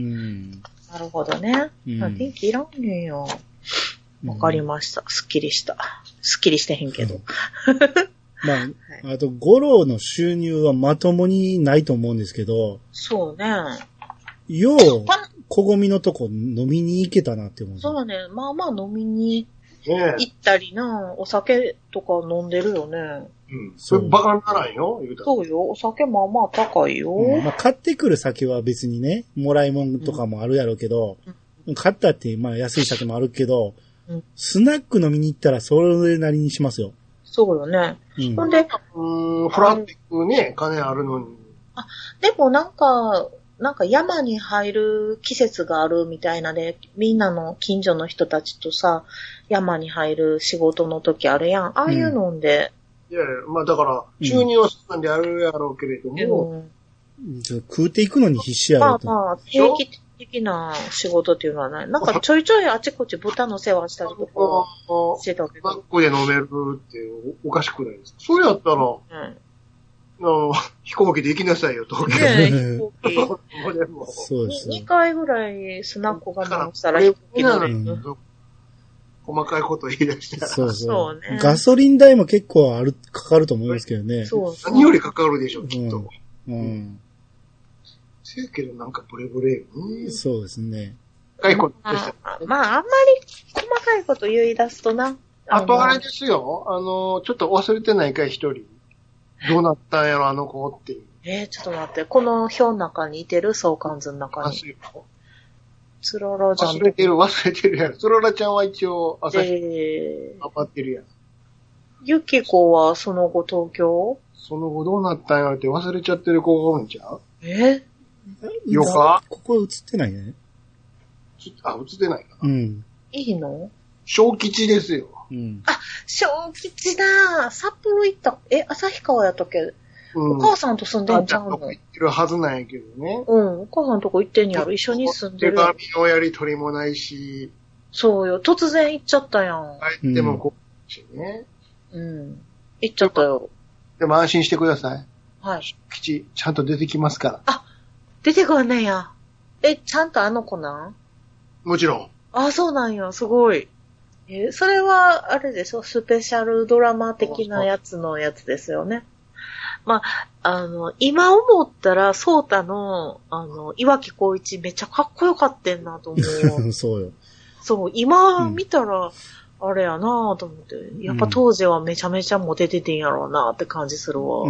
なるほどね。うん、電気いらんねんよ。わかりました。すっきりした。すっきりしてへんけど。 まあ、あと、五郎の収入はまともにないと思うんですけど。 そうね。 よう、小ゴミのとこ飲みに行けたなって思う。 そうね。まあまあ飲みに行ったりな、お酒とか飲んでるよね。 うん。それバカにならんよ、言うたら。 そうよ。お酒まあまあ高いよ。 うん、まあ買ってくる酒は別にね、もらい物とかもあるやろうけど、うん、買ったってまあ安い酒もあるけど、うん、スナック飲みに行ったらそれなりにしますよ。 そうよね。うん、ほんで、 うん、フラットね、金あるのに。 あ、でもなんか、なんか山に入る季節があるみたいなで、みんなの近所の人たちとさ、山に入る仕事の時あるやん。ああいうので。 うん、いやいや、まあだから、収入はそんなんであるやろうけれども。 うん、食うていくのに必死やろと。 まあまあ、定期的な仕事っていうのはない。なんかちょいちょいあちこち豚の世話したりとかしてたけど。 バックで飲めるっておかしくないですか？そうやったら、うん、あの飛行機で行きなさいよ、東京。ねえ、飛行機。そうですね。 にかいぐらいスナック我慢したら飛行機乗れる。 細かいこと言い出したら。 そうそう。そうね、ガソリン代も結構ある、かかると思いますけどね。 そうそう。何よりかかるでしょ、きっと。うん。うんせやけどなんかブレブレよね。 そうですね。 細かいことでした。 まあ、あんまり細かいこと言い出すとな。 あとあれですよ。あの、ちょっと忘れてないかい一人。どうなったんやろ、あの子っていう。 えー、ちょっと待って。この表の中にいてる相関図の中に。つららちゃん。 忘れてる、忘れてるやろ。つららちゃんは一応、朝日、えー、頑張ってるやん。 ゆきこはその後東京？ その後どうなったんやろって忘れちゃってる子がおるんちゃう？ えよか？ ここ映ってないね。 あ、映ってないかな。うん。いいの？ 小吉ですよ。 うん。あ、小吉だ。札幌行った。え、旭川やったっけ？うん。お母さんと住んでんちゃうの？ 行ってるはずなんやけどね。 うん。お母さんとこ行ってんやろ。一緒に住んでる。 手紙のやり取りもないし。 そうよ。突然行っちゃったやん。 帰ってもこうしね。 うん。行っちゃったよ。 でも安心してください。 はい。 小吉、ちゃんと出てきますから。 あ、出てくんねんや。え、ちゃんとあの子なん？ もちろん。 あ、そうなんや。すごい。え、それは、あれでしょ？スペシャルドラマ的なやつのやつですよね。まあ、あの、今思ったら、ソータの、あの、岩城光一めっちゃかっこよかってんなと思う。 そうよ。 そう、今見たら、あれやなぁと思って、やっぱ当時はめちゃめちゃモテててんやろうなって感じするわ。うん。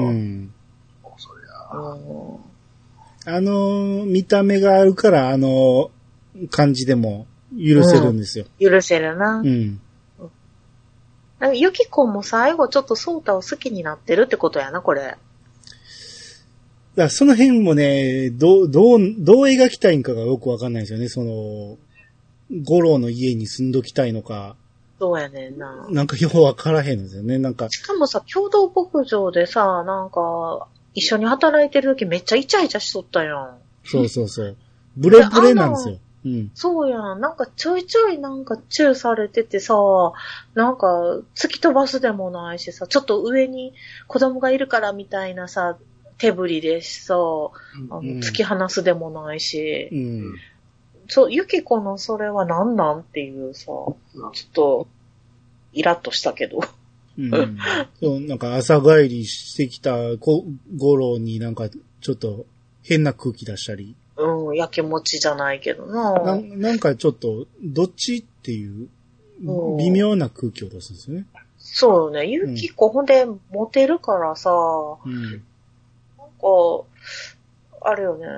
そりゃ。うんあの、見た目があるから、あの、感じでも許せるんですよ。 うん、許せるな。うん。ユキコも最後ちょっとソータを好きになってるってことやな、これ。だからその辺もね、どう、どう、どう描きたいんかがよくわかんないですよね。その、五郎の家に住んどきたいのか。 そうやねんな。 なんかようわからへんんですよね、なんか。 しかもさ、共同牧場でさ、なんか、一緒に働いてる時めっちゃイチャイチャしとったやん。 そうそうそう。ブレブレなんですよ。うん。 そうやん。なんかちょいちょいなんかチューされててさ、なんか突き飛ばすでもないしさ、ちょっと上に子供がいるからみたいなさ、手振りでさ、あの突き放すでもないし、うん、そう、ユキコのそれは何なんっていうさ、ちょっとイラッとしたけど。 うん、そうなんか朝帰りしてきたゴロになんかちょっと変な空気出したり。 うん、やきもちじゃないけどな。 な, なんかちょっと、どっちっていう、微妙な空気を出すんですよね。 そうね。ゆきこ、うん、ほんで、モテるからさ、うん、なんか、あれよね。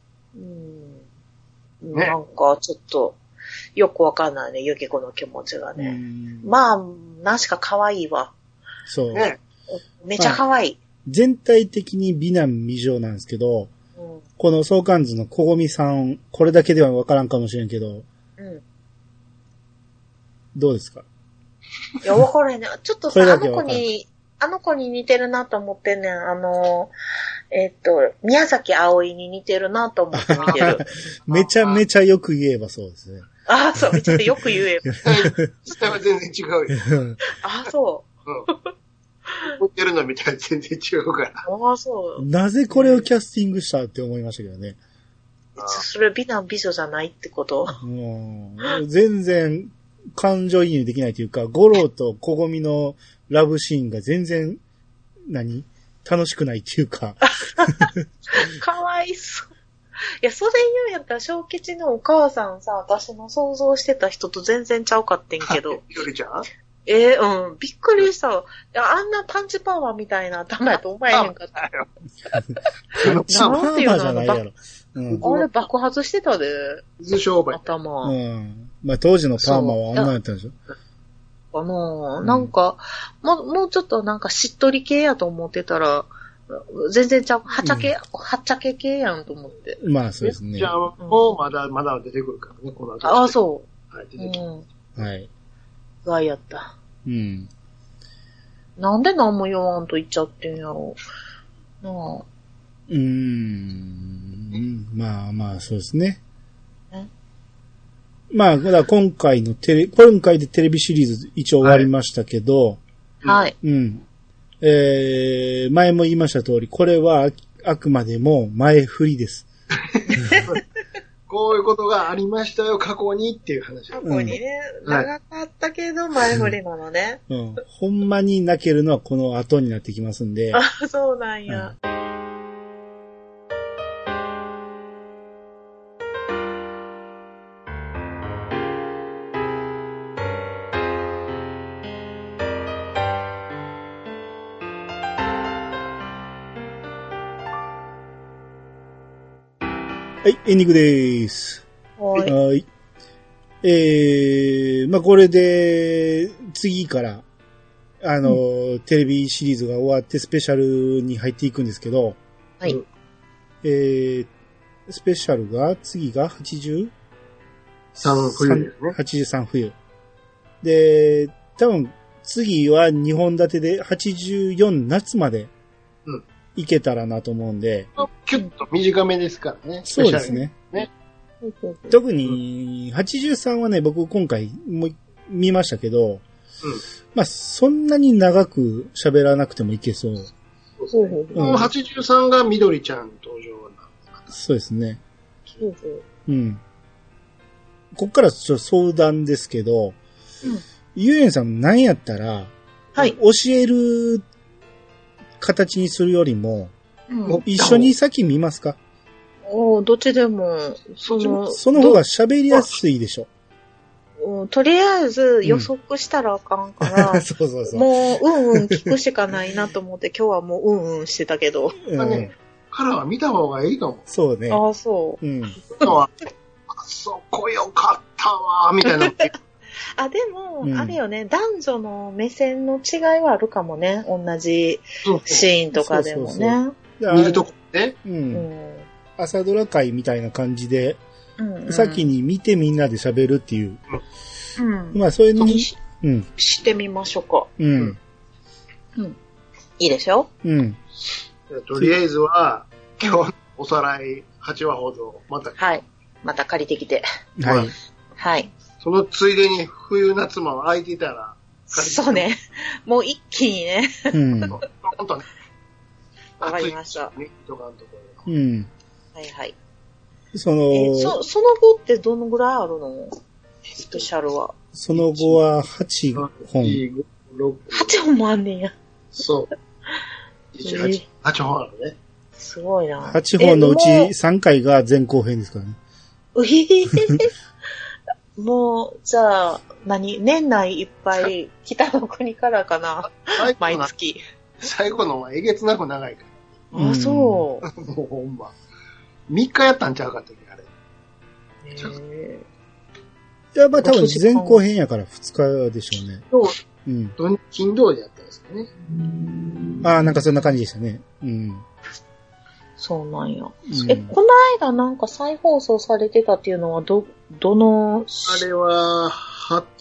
うん、ねなんか、ちょっと、よくわかんないね、ゆきこの気持ちがね。まあ、なしか可愛いわ。 そう。 ね、めちゃ可愛い、まあ。 全体的に美男美女なんですけど、この相関図の小ゴミさん、これだけではわからんかもしれんけど、うん、 どうですか？ いや、わからへんね。ちょっとさ、あの子に、あの子に似てるなと思ってんねん。あの、えっと、宮崎葵に似てるなと思って見てる。 めちゃめちゃよく言えばそうですね。 ああ、そう、ちょっとよく言えば。 下は全然違うよ。 ああ、そう。うん。 持ってるのみたいに全然違うから。 ああ、そう。 なぜこれをキャスティングしたって思いましたけどね。 それ美男美女じゃないってこと？ もう全然感情移入できないというか、五郎と小ゴミのラブシーンが全然、何楽しくないっていうか。 かわいそう。いや、それ言うんやったら、小吉のお母さんさ、私の想像してた人と全然ちゃうかってんけど。 よりちゃんえー、うん、びっくりした。いや、あんなパンチパワーみたいな頭やと思えへんかった。 パンチパワーじゃないやろ。 うん、あれ爆発してたで。 水商売。 頭。 うん。まあ当時のパーマはあんなやったんでしょ？ あのー、なんか、うん、もう、もうちょっとなんかしっとり系やと思ってたら、全然ちゃう、はっちゃけ、うん、はっちゃけ系やんと思って。 まあそうですね。 じゃあ、もうまだ、まだ出てくるからね、この後。 ああ、そう。 はい、出てきます。 はい。 意外やった。 うん。 なんで何も言わんと言っちゃってんやろう。なあ。 うーん。まあまあ、そうですね。まあ、だから今回のテレ、今回でテレビシリーズ一応終わりましたけど、 はい。 うん。えー、前も言いました通り、これはあ、あくまでも前振りです。 こういうことがありましたよ、過去にっていう話。 過去にね、うん、長かったけど前振りなのね、 うん。うん。ほんまに泣けるのはこの後になってきますんで。 あ、そうなんや。うん、 はい、エンディングでーす。 はい。 はい。えー、まあ、これで、次から、あの、うん、テレビシリーズが終わってスペシャルに入っていくんですけど、 はい。 えー、スペシャルが、次がはちじゅうさん冬ですね。 はちじゅうさん冬。で、多分、次はにほん立てではちじゅうよん夏まで、うん。いけたらなと思うんで。 キュッと短めですからね。 そうですね。 ね。 特に、はちじゅうさんはね、僕今回も見ましたけど、うん、まあ、そんなに長く喋らなくてもいけそう。 そうですね。うん、はちじゅうさんが緑ちゃん登場なんです。そうですね。うん。こっからちょっと相談ですけど、うん、ゆうえんさん何やったら、 はい。 教える形にするよりも、うん、一緒に先見ますか？ おどっちでも、その、 その方が喋りやすいでしょ。 うん、とりあえず予測したらあかんから、うん、 そうそうそう。 もう、うんうん聞くしかないなと思って、今日はもううんうんしてたけど。 うん、ね、カラーは見た方がいいかも。 そうね。 ああ、そう。 うん。 あそこよかったわ、みたいな。 あ、でも、うん、あれよね、男女の目線の違いはあるかもね。同じシーンとかでもね。そうそうそう見るとこね。 うん。うん朝ドラ会みたいな感じで、うんうん、先に見てみんなで喋るっていう。 うん。 まあ、そういうのに、 うん。してみましょうか。 うん。 うん。いいでしょ？ うん。 とりあえずは、今日のおさらいはちわほど、また。 はい。また借りてきて。 はい。 はい。 そのついでに冬夏も空いてたら、 そうね。もう一気にね。 うん。 本当ね。 わかりました。 ね、とかのところ。うん。 はいはい。 その、 えー、そ、その後ってどのぐらいあるの？スペシャルは。 その後ははちほん。はちほんもあんねんや。 そう。はち、はちほんあるね。 すごいな。 はちほんのうちさんかいが前後編ですからね。 うひひひ。もう、じゃあ、何年内いっぱい北の国からかな毎月。 最後のはえげつなく長いから。 あ、そう。 もうほんま。みっかやったんちゃうかったっけ、あれ。 へいや、まあ多分前後編やからふつかでしょうね。 そう。 うん。 土日金土でやったんですかね。 ああ、なんかそんな感じでしたね。うん。 そうなんや。うん、え、この間なんか再放送されてたっていうのはど、どの、 あれは、はつ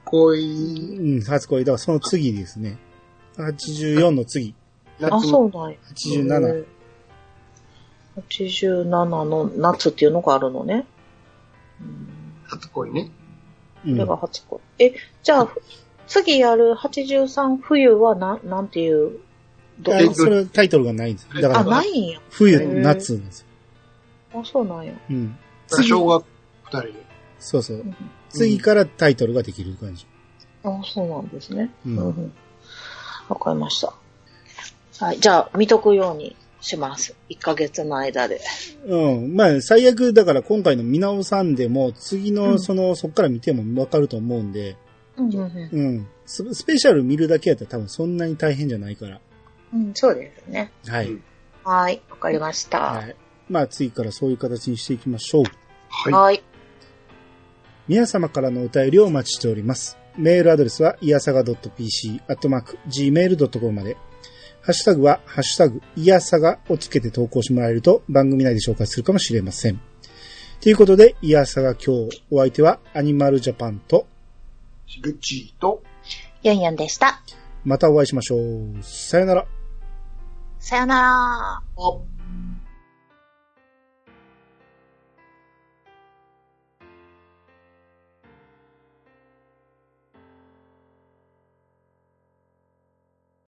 恋。 うん、初恋。だからその次ですね。はちじゅうよんの次。 あ、そうだよ。 はちじゅうなな。はちじゅうななの夏っていうのがあるのね。 うん、初恋ね。 これが初恋。うん、え、じゃあ、次やるはちじゅうさん冬はな、なんていう、 どうそれタイトルがないんです。だから、 あ、ないんや。 冬、夏なんですよ。あ、そうなんや。 うん。 小学二人。 そうそう。うん、次からタイトルができる感じ。 あ、そうなんですね。 うん。 わ、うん、かりました。はい。じゃあ、見とくようにします。いっかげつの間で。 うん。まあ、最悪、だから今回の見直さんでも、次の、その、うん、そっから見てもわかると思うんで、 うんうんうん。 うん。スペシャル見るだけやったら多分そんなに大変じゃないから。 うん、そうですね。 はい。 はい。わかりました。はい。 まあ、次からそういう形にしていきましょう。 はい。 はい。 皆様からのお便りをお待ちしております。メールアドレスは、いやさが .pc、アットマーク、ジーメールドットコム まで。ハッシュタグは、ハッシュタグ、いやさがをつけて投稿してもらえると、番組内で紹介するかもしれません。ということで、いやさが今日、お相手は、アニマルジャパンと、 ルチーと、 ヤンヤンでした。 またお会いしましょう。さよなら。 さよなら。